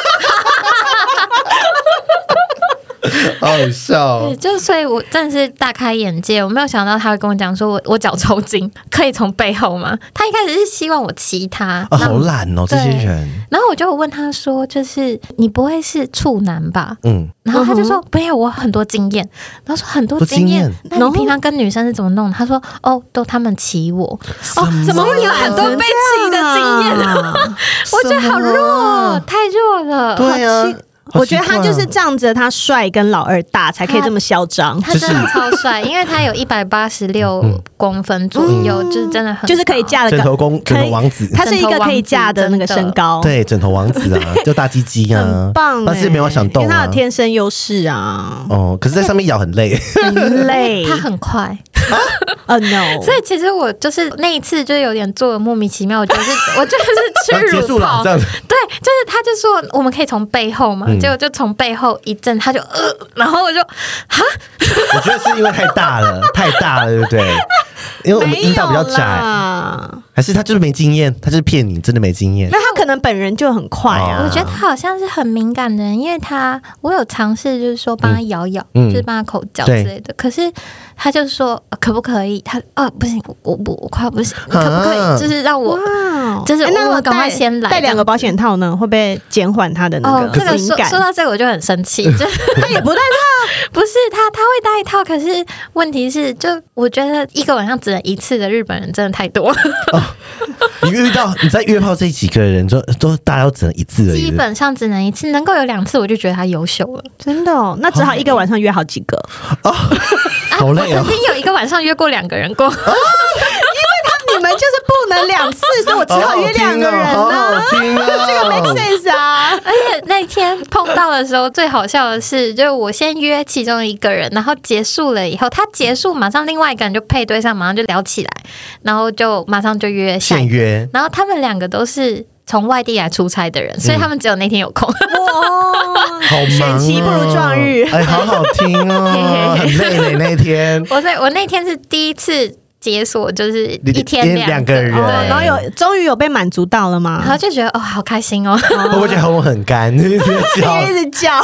好好笑、 对，就所以，我真的是大开眼界。我没有想到他会跟我讲说我，我我脚抽筋可以从背后吗？他一开始是希望我骑他， 哦、好懒哦，这些人。 然后我就问他说，就是你不会是处男吧？ 嗯， 然后他就说没有，我很多经验。然后说很多经验，那你平常跟女生是怎么弄？他说哦，都他们骑我。哦，怎么会有很多被骑的经验啊？我觉得好弱、哦，太弱了。 对啊。 我觉得他就是仗着他帅跟老二大才可以这么嚣张， 他真的超帅，因为他有一百八十六公分左右，嗯、就是真的很就是可以嫁的枕头公枕头王子， 他是一个可以嫁的那个身高， 对，枕头王子啊，就大鸡鸡啊， 很棒、欸， 但是没有想动、啊， 因为他有天生优势啊。 哦，可是在上面咬很累， 很累， 他很快。 哦、uh, no！ 所以其实我就是那一次就有点做的莫名其妙，我就是我就是吃乳泡， 这样子对，就是他就说我们可以从背后嘛，嗯、结果就从背后一阵，他就呃，然后我就哈， 我觉得是因为太大了，太大了，对不对？因为我们阴道比较窄，还是他就是没经验，他就是骗你，真的没经验。 那他可能本人就很快啊。 我觉得他好像是很敏感的人，因为他我有尝试就是说帮他咬咬，嗯、就是帮他口交之类的，可是他就说、呃、可不可以？他呃不行，我不我快不行，可不可以？就是让我，就是我我赶快先来带两个保险套呢，会不会减缓他的那个敏感？哦，这个说说到这个我就很生气，就他也不带套， 不是他他会带一套，可是问题是，就我觉得一个晚上只能一次的日本人真的太多了。哦， 你遇到你在约炮这几个人，都都大家都只能一次而已， 基本上只能一次，能够有两次我就觉得他优秀了， 真的哦。那只好一个晚上约好几个哦，好累啊！ 我曾经有一个晚上约过两个人过。 你们就是不能两次，所以我只好约两个人呢、啊。 这个 make sense 啊！ 而且那天碰到的时候，最好笑的是，就是我先约其中一个人，然后结束了以后，他结束马上另外一个人就配对上，马上就聊起来，然后就马上就约下现约。 然后他们两个都是从外地来出差的人，所以他们只有那天有空。 哇， 好忙、哦！ 选期不如撞日， 哎，好好听哦，很累嘞那天。 我在我那天是第一次解锁，就是一天两个人， 哦、然后有终于有被满足到了吗？ 然后就觉得哦，好开心哦！ 会不会觉得喉咙很干？一直叫，一直叫。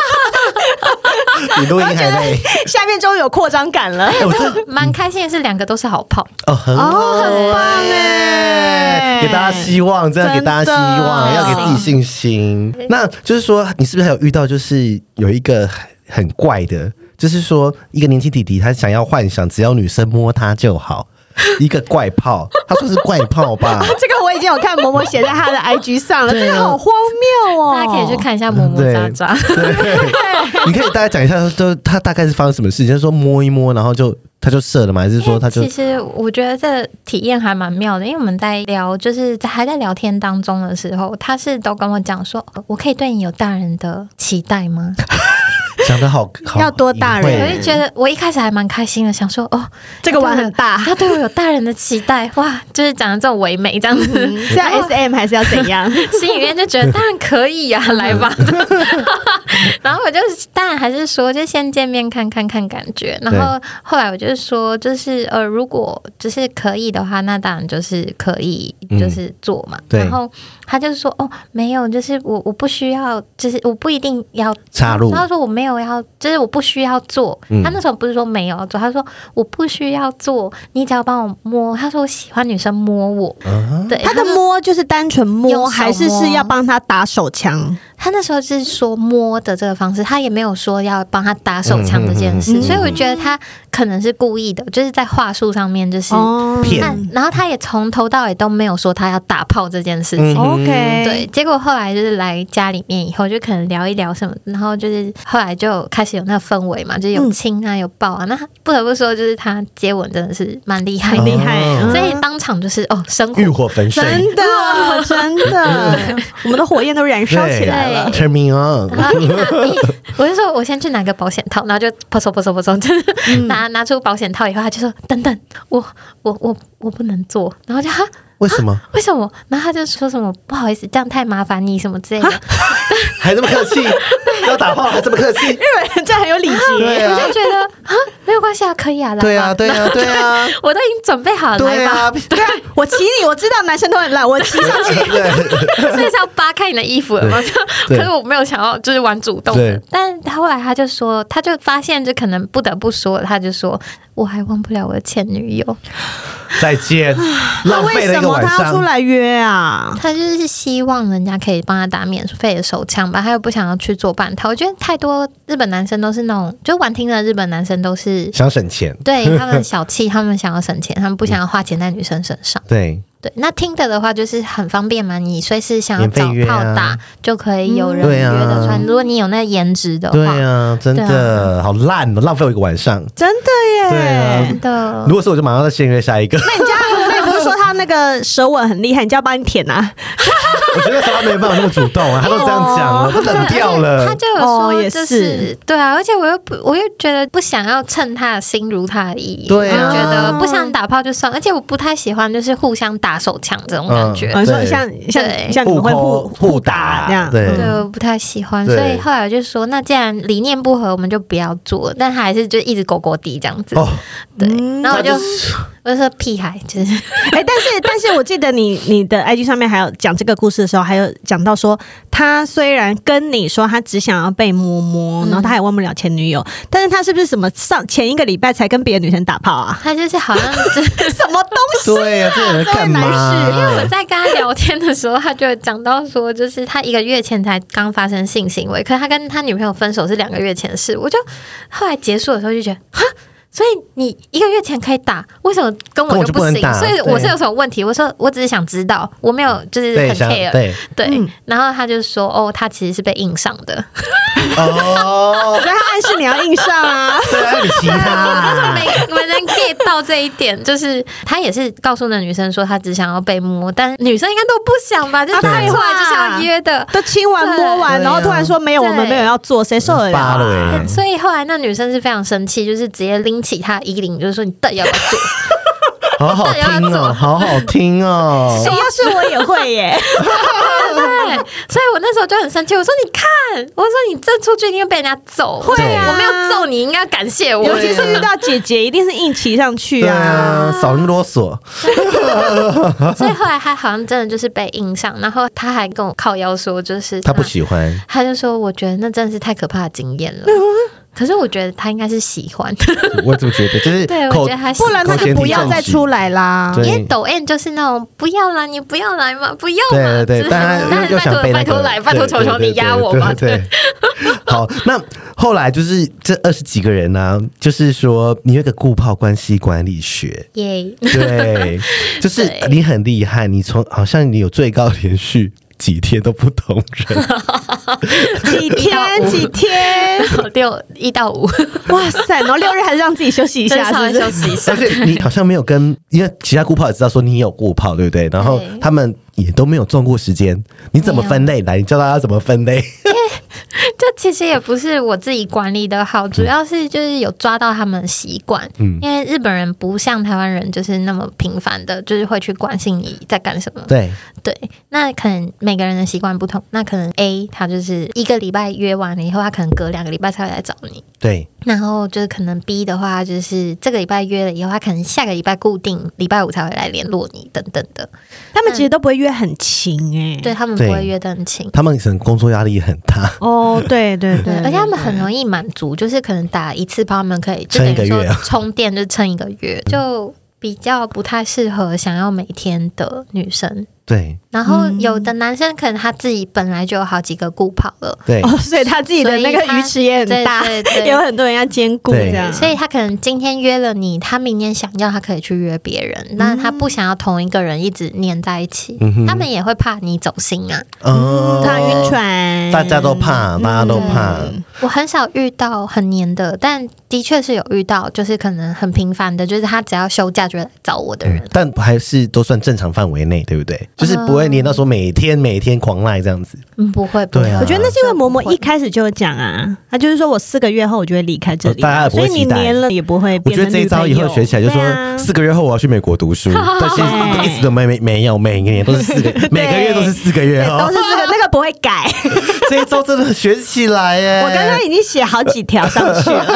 比录音还累， 下面终于有扩张感了。 欸、我蛮开心的是，两个都是好炮哦，很好、 哦，很棒哎！ 给大家希望，真的给大家希望，要给自己信心。那就是说，你是不是还有遇到，就是有一个很怪的，就是说一个年轻弟弟，他想要幻想只要女生摸他就好。一个怪炮，他说是怪炮吧、 啊？这个我已经有看嬷嬷写在他的 I G 上了，这个好荒谬哦！ 大家可以去看一下嬷嬷渣渣。 对，对你可以大概讲一下，就他大概是发生什么事情？就是说摸一摸，然后就他就射了吗？还是说他就？ 其实我觉得这体验还蛮妙的，因为我们在聊，就是在还在聊天当中的时候，他是都跟我讲说，我可以对你有大人的期待吗？ 讲得好，好要多大人？ 我就觉得我一开始还蛮开心的，想说哦， 这个碗很大， 他对我有大人的期待，哇，就是讲的这种唯美这样子， 嗯、是要 S M 还是要怎样？ 心里面就觉得当然可以呀、啊，来吧。然后我就当然还是说，就先见面看看看感觉。然后后来我就说，就是呃，如果就是可以的话，那当然就是可以，就是做嘛。 嗯、 然后他就说哦，没有，就是我我不需要，就是我不一定要插入。 他说我没有。要就是我不需要做、嗯，他那时候不是说没有要做，他说我不需要做，你只要帮我摸。他说我喜欢女生摸我，啊、对， 他的摸就是单纯摸， 摸还是是要帮他打手枪？ 他那时候是说摸的这个方式，他也没有说要帮他打手枪这件事、嗯嗯嗯嗯，所以我觉得他可能是故意的，就是在话术上面就是骗、哦。 然后他也从头到尾都没有说他要打炮这件事情。 嗯、OK， 对，结果后来就是来家里面以后，就可能聊一聊什么，然后就是后来就开始有那个氛围嘛，就有亲啊，有抱啊。那不得不说，就是他接吻真的是蛮厉害， 厉害、 哦， 所以当场就是哦，生火欲火焚身， 真的。 的，真的，我们的火焰都燃烧起来了。 Turn me on！ 然后一拿一，我就说我先去拿个保险套，然后就啪嗖啪嗖啪嗖，就是拿拿出保险套以后，他就说等等，我我我我不能做，然后就哈。 为什么？ 为什么？然后他就说什么不好意思，这样太麻烦你什么之类的， 还这么客气，要打炮还这么客气， 日本人这样很有礼节。 对啊， 我就觉得啊，没有关系啊，可以啊，来吧。 对啊，对啊，对啊， 我都已经准备好了， 对来吧。 啊， 对啊，我骑你，我知道男生都很烂，我骑上去。 所以是要扒开你的衣服了嘛？就可是我没有想要就是玩主动的，但他后来他就说，他就发现就可能不得不说，他就说我还忘不了我的前女友。 再见，浪费了一个晚上。 为什么他要出来约啊？ 他就是希望人家可以帮他打免费的手枪吧，他又不想要去做半套。我觉得太多日本男生都是那种，就玩听的日本男生都是想省钱， 对他们小气，他们想要省钱，他们不想要花钱在女生身上。 对。 对，那听的的话就是很方便嘛，你随时想要找炮打、 啊、 就可以有人约得穿、嗯啊。如果你有那个颜值的话， 对啊，真的、啊、好烂哦，浪费我一个晚上， 真的耶， 对啊， 真的。 如果是我就马上再先约下一个。 那你家那你不是说他那个舌吻很厉害，你就要帮你舔啊？ 我觉得他没办法那么主动啊，他都这样讲了，都冷掉了。 他就有说、就是， 哦、也是对啊，而且我又不，我又觉得不想要趁他的心如他的意， 对啊， 我就觉得不想打炮就算，而且我不太喜欢就是互相打手枪这种感觉， 嗯、说像像像你们会互互打这样， 对， 对，我不太喜欢，所以后来我就说，那既然理念不合，我们就不要做，但他还是就一直狗狗地这样子，哦、对，然后我就。我就说屁孩，就是， 哎、欸，但是但是我记得你你的 I G 上面还有讲这个故事的时候，还有讲到说，他虽然跟你说他只想要被摸摸，然后他也忘不了前女友，嗯、但是他是不是什么上前一个礼拜才跟别的女生打炮啊？ 他就是好像就是什么东西？ 对呀、啊，这人干嘛？ 因为我在跟他聊天的时候，他就讲到说，就是他一个月前才刚发生性行为，可是他跟他女朋友分手是两个月前的事，我就后来结束的时候就觉得，哈。所以你一个月前可以打，为什么跟我就不行？不所以我是有什么问题？我说我只是想知道，我没有就是很 care。 对， 对、嗯。然后他就说，哦，他其实是被硬上的。 哦， 所以他暗示你要硬上啊。 对啊，你其他。 但是没没人 get 到这一点，就是他也是告诉那女生说，他只想要被摸，但女生应该都不想吧？就是他出来就是要约的， 都亲完摸完，然后突然说没有，我们没有要做，谁受得了、啊？ 所以后来那女生是非常生气，就是直接拎起他衣领，就是说你到底要不要做？ 好好听哦，好好听哦！ 要是我也会耶。 对，所以我那时候就很生气，我说你看，我说你这出去一定会被人家揍， 会啊， 我没有揍你，应该感谢我。 尤其是遇到姐姐，一定是硬骑上去啊， 啊少那么啰嗦。 所以后来他好像真的就是被硬上，然后他还跟我靠腰说，就是他, 他不喜欢， 他就说我觉得那真的是太可怕的经验了。可是我觉得他应该是喜欢， 我怎么觉得就是对，我觉得他不然他就不要再出来啦。 因为抖 M 就是那种不要啦，你不要来嘛，不要嘛， 对对对，但他又想被拜托来，拜托求求你压我吧。 对，好，那后来就是这二十几个人呢、啊，就是说你有一个固炮关系管理学， 耶， 对，就是你很厉害，你从好像你有最高连续。几天都不同人， 几天几天六一到五， 哇塞！然后六日还是让自己休息一下， 稍微休息一下。 而且你好像没有跟，因为其他固炮也知道说你有固炮，对不对？然后他们也都没有中过时间，你怎么分类？来，你教大家怎么分类？ 这其实也不是我自己管理的好，主要是就是有抓到他们的习惯。嗯，因为日本人不像台湾人，就是那么频繁的，就是会去关心你在干什么。 对对，那可能每个人的习惯不同。那可能 A 他就是一个礼拜约完了以后，他可能隔两个礼拜才会来找你。 对， 然后就是可能 B 的话，就是这个礼拜约了以后，他可能下个礼拜固定礼拜五才会来联络你，等等的。 他们其实都不会约很勤哎、欸， 对他们不会约得很勤， 他们可能工作压力很大哦。对对 对, 对， 而且他们很容易满足，就是可能打一次炮，他们可以就撑一个月、啊， 充电就撑一个月，就比较不太适合想要每天的女生。 对， 然后有的男生可能他自己本来就有好几个固炮了， 对、 哦，所以他自己的那个鱼池也很大， 对对对， 也有很多人要兼顾这样， 所以他可能今天约了你，他明年想要他可以去约别人，那、嗯、他不想要同一个人一直黏在一起，嗯、他们也会怕你走心啊， 嗯，怕晕船， 大家都怕，大家都怕。 嗯、我很少遇到很黏的，但的确是有遇到，就是可能很频繁的，就是他只要休假就来找我的人， 嗯、但还是都算正常范围内，对不对？ 就是不会黏到说每天每天狂赖这样子。 嗯，不会，不会。 对啊我觉得那是因为嬷嬷一开始就有讲啊，他就是说我四个月后我就会离开这里啊， 大家也不会所以你期待黏了也不会我觉得变成女朋友。 这一招以后学起来，就说对啊四个月后我要去美国读书，但其实一直都没没没有，每年都是四个，每个月都是四个月对，都哦是。这个那个不会改。 这一招真的学起来耶！ 我刚刚已经写好几条上去了。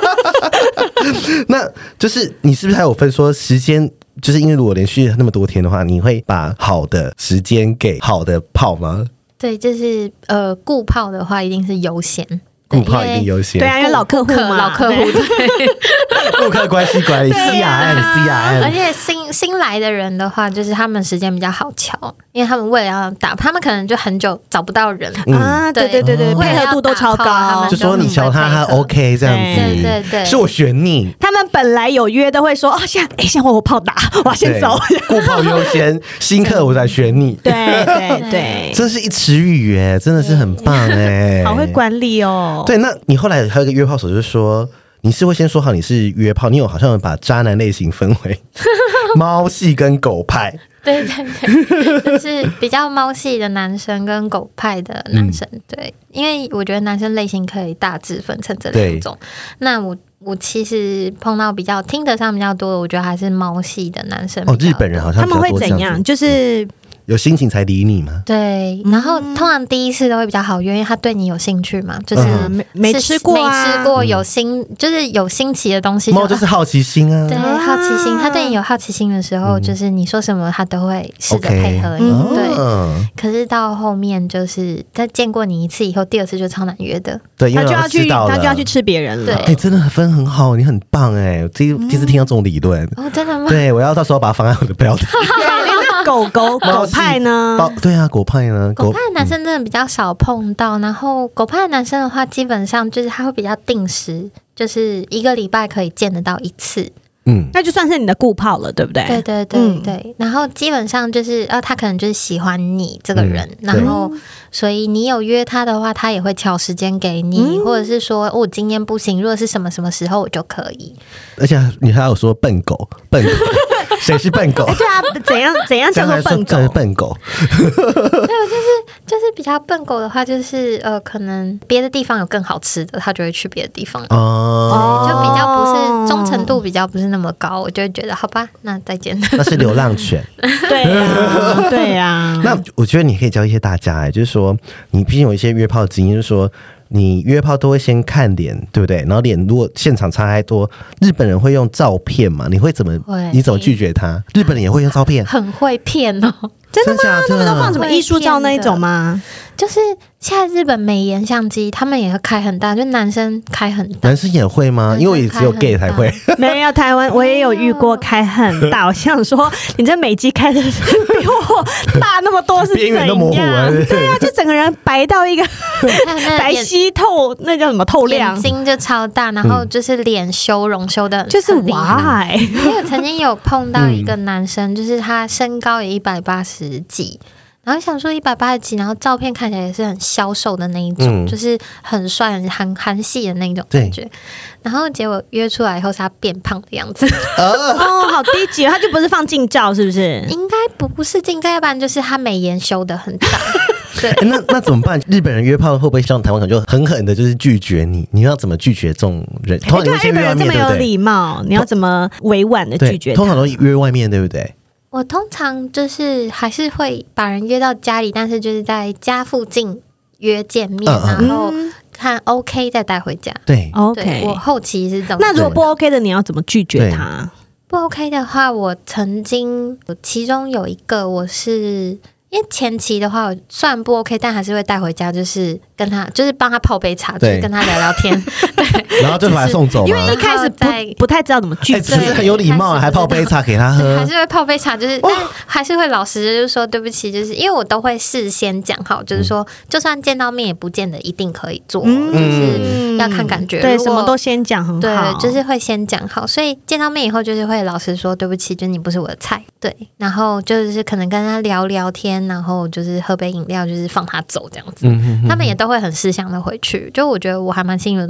那就是你是不是还有分说时间？就是因为如果连续那么多天的话，你会把好的时间给好的炮吗？ 对，就是呃，顾炮的话一定是优先， 顾炮一定优先， 对啊，因为老客户嘛， 老客户对对。 顾客关系管理 C R M C R 而 M， 且新新来的人的话，就是他们时间比较好瞧，因为他们为了要打，他们可能就很久找不到人。 啊，对对对对， 嗯配合度都超为了要打炮他高们。 就说你瞧他，他 OK 这样子， 对对对是我选你。 他们本来有约都会说哦，现在哎，现在我炮打，我要先走。 对顾炮优先，新客我才选你。 对对对， 真是一池语耶，真的是很棒哎， 好会管理哦。 对，那你后来还有一个约炮手，就是说你是会先说好你是约炮，你有好像有把渣男类型分为猫系跟狗派。 对对对，就是比较猫系的男生跟狗派的男生。嗯、对，因为我觉得男生类型可以大致分成这两种。那我我其实碰到比较听得上比较多的，我觉得还是猫系的男生。 哦，日本人好像他们会怎样？就是有心情才理你吗？ 对，然后通常第一次都会比较好约，因为他对你有兴趣嘛，就是没没吃过啊， 没吃过有新，就是有新奇的东西。 猫就是好奇心啊， 对，好奇心。他对你有好奇心的时候，就是你说什么他都会试着配合你。对，可是到后面就是他见过你一次以后，第二次就超难约的。 对， 他就要去，他就要去吃别人了。 哎，真的分很好，你很棒哎，第第一次听到这种理论。 哦，真的吗？ 对，我要到时候把它放在我的标题。 狗狗狗派呢？ 对啊，狗派呢？ 狗派的男生真的比较少碰到，然后狗派的男生的话，基本上就是他会比较定时，就是一个礼拜可以见得到一次。 嗯， 那就算是你的顾炮了，对不对？ 对对对、嗯、对。然后基本上就是呃，他可能就是喜欢你这个人，嗯、然后所以你有约他的话，他也会挑时间给你，嗯、或者是说我、哦、今天不行，如果是什么什么时候我就可以。 而且你还有说笨狗，笨狗。谁是笨狗？ 对啊，怎样怎样叫做笨狗？ 笨狗。 对，就是就是比较笨狗的话，就是呃，可能别的地方有更好吃的，他就会去别的地方。哦，就比较不是忠诚度比较不是那么高，我就会觉得好吧，那再见。 那是流浪犬。 对呀，对呀。 那我觉得你可以教一些大家，哎，就是说你毕竟有一些约炮的经验，就是说。你约炮都会先看脸，对不对？然后脸如果现场差太多，日本人会用照片嘛？你会怎么？你怎么拒绝他？日本人也会用照片， 很会骗哦。 真的吗？他们都放什么艺术照那一种吗？ 就是现在日本美颜相机，他们也会开很大，就男生开很大， 男生也会吗？因为也只有 gay 才会。 没有，台湾我也有遇过开很大。我想说，你这美肌开的比我大那么多是怎样？边缘都模糊啊！对啊，就整个人白到一个白皙透，那叫什么透亮？ 眼睛就超大，然后就是脸修容修的， 就是哇！ 因为我曾经有碰到一个男生，就是他身高也一百八十几。然后想说一百八十几，然后照片看起来也是很消瘦的那一种，嗯、就是很帅、很韩韩系的那一种感觉。然后结果约出来以后是他变胖的样子， 哦，好低级，他就不是放近照是不是？ 应该不是近照，要不然就是他美颜修的很大。对， 欸、那那怎么办？日本人约炮会不会像台湾可能就狠狠的，就是拒绝你？你要怎么拒绝这种人？通常对日本人这么有礼貌，你要怎么委婉的拒绝他？ 通常都约外面，对不对？ 我通常就是还是会把人约到家里，但是就是在家附近约见面，嗯、然后看 OK 再带回家。 对 ，OK， 我后期是这么。 那如果不 OK 的，你要怎么拒绝他？ 不 OK 的话，我曾经其中有一个我是。因为前期的话，虽然不 OK， 但还是会带回家，就是跟他，就是帮他泡杯茶，就是跟他聊聊天，对， 然后就把他送走嘛。 因为一开始不不太知道怎么拒绝， 欸、只是很有礼貌，还泡杯茶给他喝， 还是会泡杯茶，就是，但还是会老实的就是说对不起，就是因为我都会事先讲好，就是说，嗯、就算见到面也不见得一定可以做，嗯、就是要看感觉， 对，什么都先讲很好， 对，就是会先讲好，所以见到面以后就是会老实说对不起，就你不是我的菜，对，然后就是可能跟他聊聊天。然后就是喝杯饮料，就是放他走这样子，嗯、哼哼他们也都会很识相的回去。就我觉得我还蛮幸运的，都碰到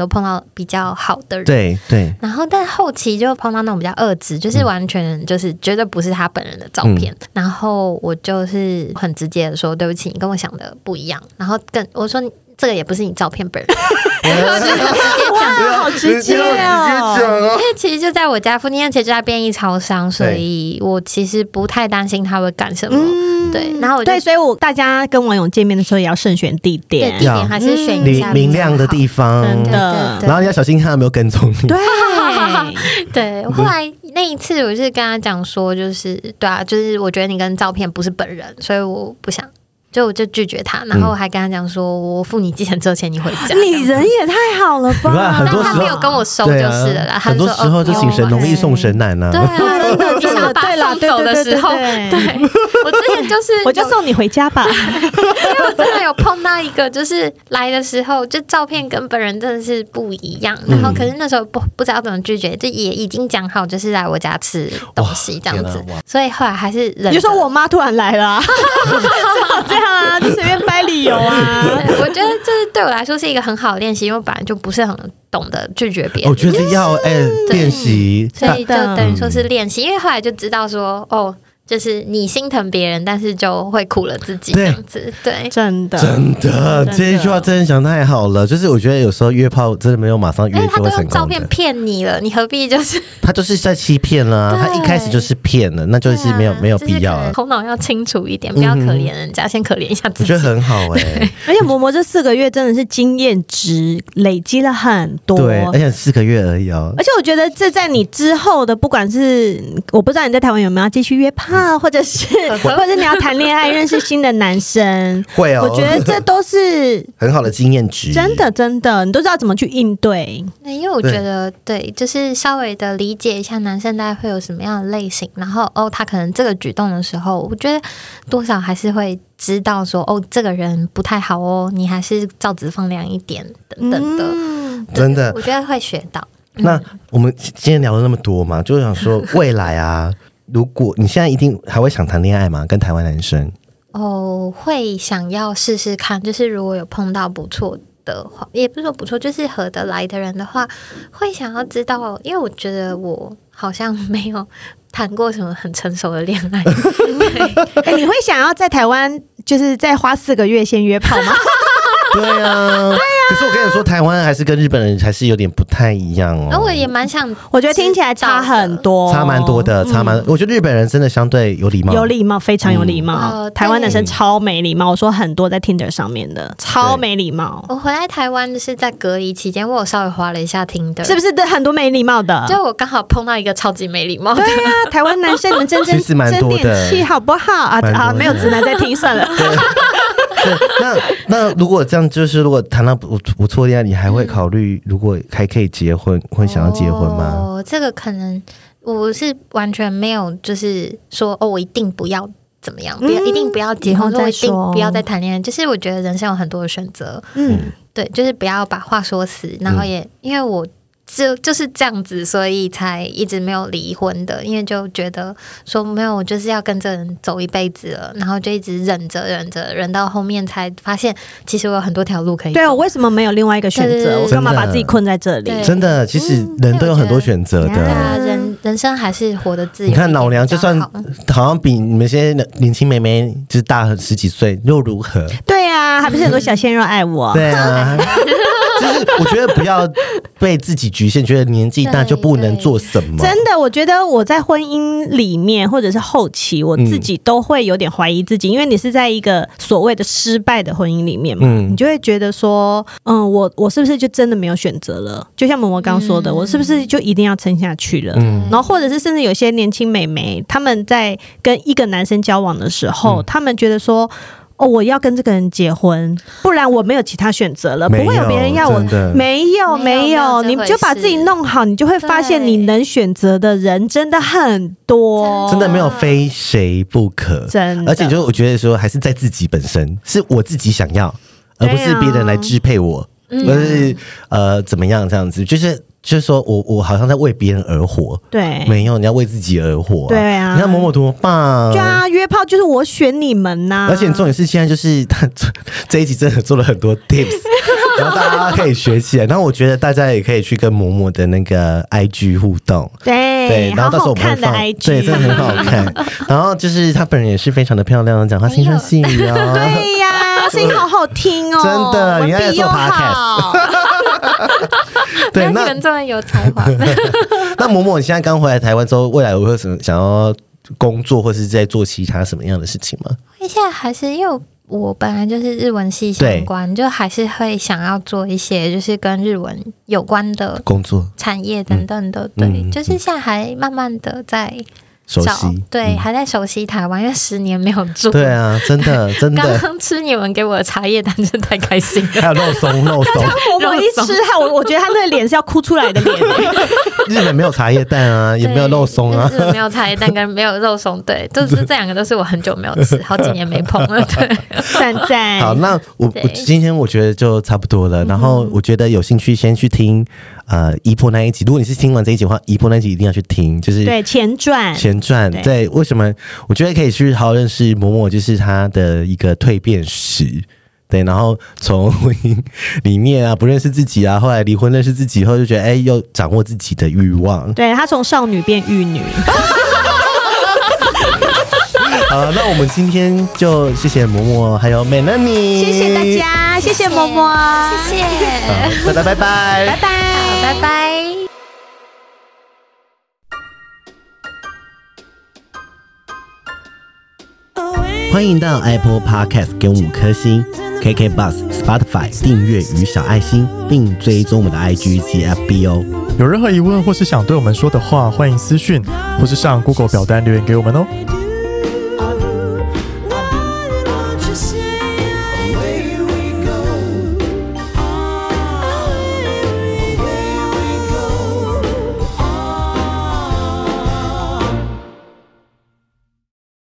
比较好的人。 对对。 然后但后期就碰到那种比较恶质，就是完全就是绝对不是他本人的照片。嗯、然后我就是很直接的说对不起，你跟我想的不一样。然后跟我说这个也不是你照片本人，然后就直接讲， 好直接哦。 因为其实就在我家附近，其实就在便利超商，所以我其实不太担心他会干什么。嗯、对，然后我就对，所以我大家跟网友见面的时候也要慎选地点， 对，地点还是选一下明亮的地方， 真的。 然后你要小心他有没有跟踪你。 对对，后来那一次我就是跟他讲说，就是对啊，就是我觉得你跟照片不是本人，所以我不想。就我就拒绝他，然后我还跟他讲说，我付你计程车钱，你回家。 你人也太好了吧！ 但他没有跟我收就是了啦。 啊、很多时候就请神容易送神难啊。 对啊，真的，你想把他送走的时候，对，我之前就是我就送你回家吧。 因为我真的有碰到一个，就是来的时候，就照片跟本人真的是不一样。然后可是那时候不不知道怎么拒绝，就也已经讲好，就是来我家吃东西这样子。所以后来还是忍。 你就说我妈突然来了、啊。这样啊，就随便掰理由啊。 我觉得这对我来说是一个很好的练习，因为我本来就不是很懂得拒绝别人。 我觉得要哎练习， 所以就等于说是练习。因为后来就知道说，哦，就是你心疼别人，但是就会苦了自己这样子。对， 真的， 真的，这一句话真的讲太好了。就是我觉得有时候约炮真的没有马上约就会成功的。 他都用照片骗你了，你何必就是？ 他就是在欺骗了、啊，他一开始就是骗了，那就是没有、啊、没有必要啊。 头脑要清楚一点，不要可怜人家，嗯、先可怜一下自己。 我觉得很好哎、欸。 而且嬷嬷这四个月真的是经验值累积了很多， 对，而且四个月而已哦。 而且我觉得这在你之后的，不管是我不知道你在台湾有没有要继续约炮，或者是或者是你要谈恋爱认识新的男生， 会哦。 我觉得这都是很好的经验值， 真的真的，你都知道怎么去应对。 因为我觉得 对, 对，就是稍微的理解一下男生大概会有什么样的类型，然后哦，他可能这个举动的时候，我觉得多少还是会知道说哦，这个人不太好哦，你还是照子放亮一点等等的，嗯、 真的， 我觉得会学到。 那我们今天聊了那么多嘛，就想说未来啊，如果你现在一定还会想谈恋爱吗？跟台湾男生？ 哦，会想要试试看，就是如果有碰到不错的话，也不是说不错，就是合得来的人的话，会想要知道，因为我觉得我好像没有谈过什么很成熟的恋爱。 欸、你会想要在台湾就是再花四个月先约炮吗？ 对啊，对啊。可是我跟你说，台湾还是跟日本人还是有点不太一样哦。 然后我也蛮想， 我觉得听起来差很多， 差蛮多的，差蛮、嗯。我觉得日本人真的相对有礼貌， 有礼貌，非常有礼貌。 嗯、 台湾男生超没礼貌，我说很多在 Tinder 上面的超没礼貌。 我回来台湾就是在隔离期间，我有稍微滑了一下 Tinder， 是不是很多没礼貌的？ 就我刚好碰到一个超级没礼貌的。 对啊，台湾男生你们真真其实蛮多的， 争点气好不好啊？啊，没有直男在听算了。 对，那那如果这样，就是如果谈到不不错恋爱，你还会考虑，如果还可以结婚，会想要结婚吗？ 哦，这个可能我是完全没有，就是说哦，我一定不要怎么样，不要、嗯、一定不要结婚，我一定不要再谈恋爱。就是我觉得人生有很多的选择，嗯，对，就是不要把话说死，然后也、嗯、因为我。就就是这样子，所以才一直没有离婚的，因为就觉得说没有，我就是要跟这人走一辈子了，然后就一直忍着忍着，忍到后面才发现，其实我有很多条路可以走。 对，我为什么没有另外一个选择？我干嘛把自己困在这里？ 真的，其实人都有很多选择的。 对啊，人人生还是活得自由。 你看老娘就算好像比你们这些年轻妹妹就是大十几岁，又如何？ 对啊，还不是很多小鲜肉爱我？ 对啊。就是我觉得不要被自己局限，觉得年纪大就不能做什么。 真的，我觉得我在婚姻里面或者是后期，我自己都会有点怀疑自己，嗯、因为你是在一个所谓的失败的婚姻里面嘛，嗯、你就会觉得说，嗯，我我是不是就真的没有选择了？就像嬷嬷刚说的，嗯、我是不是就一定要撑下去了？嗯、然后或者是甚至有些年轻美眉，他们在跟一个男生交往的时候，嗯、他们觉得说。哦，我要跟这个人结婚，不然我没有其他选择了，不会有别人要我。没有，没有，你就把自己弄好，你就会发现你能选择的人真的很多， 真的没有非谁不可。 真的， 而且就我觉得说，还是在自己本身，是我自己想要，而不是别人来支配我，而是呃怎么样这样子，就是。 就是说我我好像在为别人而活， 对， 没有，你要为自己而活、啊。 对啊， 你看某某多棒， 对啊，约炮就是我选你们呐、啊， 而且重点是现在就是他这一集真的做了很多 tips， 然后大家可以学起来。然后我觉得大家也可以去跟嬷嬷的那个 I G 互动， 对对，然后到时候我们会放， 好好看的 I G 对，真的很好看。然后就是她本人也是非常的漂亮，讲话轻声细语哦， 对呀，声音好好听哦， 真的，你要做 podcast。对， 那你们这么有才华。 那嬷嬷，你现在刚回来台湾之后，未来有没有什么想要工作，或是在做其他什么样的事情吗？ 现在还是因为我本来就是日文系相关，就还是会想要做一些就是跟日文有关的工作、 产业等等的。嗯、对、嗯，就是现在还慢慢的在熟悉， 对、嗯，还在熟悉台湾，因为十年没有住。 对啊，真的真的。 刚刚吃你们给我的茶叶蛋，真的太开心了。 还有肉松，肉松。 我们一吃他，我我觉得他那个脸是要哭出来的脸。 日本没有茶叶蛋啊，也没有肉松啊。 日本没有茶叶蛋跟没有肉松，对，就是这两个都是我很久没有吃，好几年没碰了。对， 赞赞。 好，那我我今天我觉得就差不多了。然后我觉得有兴趣先去听呃姨婆那一集，如果你是听完这一集的话，姨婆那一集一定要去听，就是对前传前传。对，为什么我觉得可以去好好认识嬷嬷，就是她的一个蜕变史。对，然后从婚姻里面啊，不认识自己啊，后来离婚认识自己以后，就觉得哎，又掌握自己的欲望。 对，她从少女变玉女。 好了，那我们今天就谢谢嬷嬷还有美乐你， 谢谢大家，谢谢嬷嬷， 谢谢， 好，大家拜拜， 拜拜， 好，拜拜。 欢迎到 Apple Podcast 给我们五颗星 ，K K Bus、Spotify 订阅与小爱心，并追踪我们的 I G 及 F B 哦。 有任何疑问或是想对我们说的话，欢迎私讯或是上 Google 表单留言给我们哦。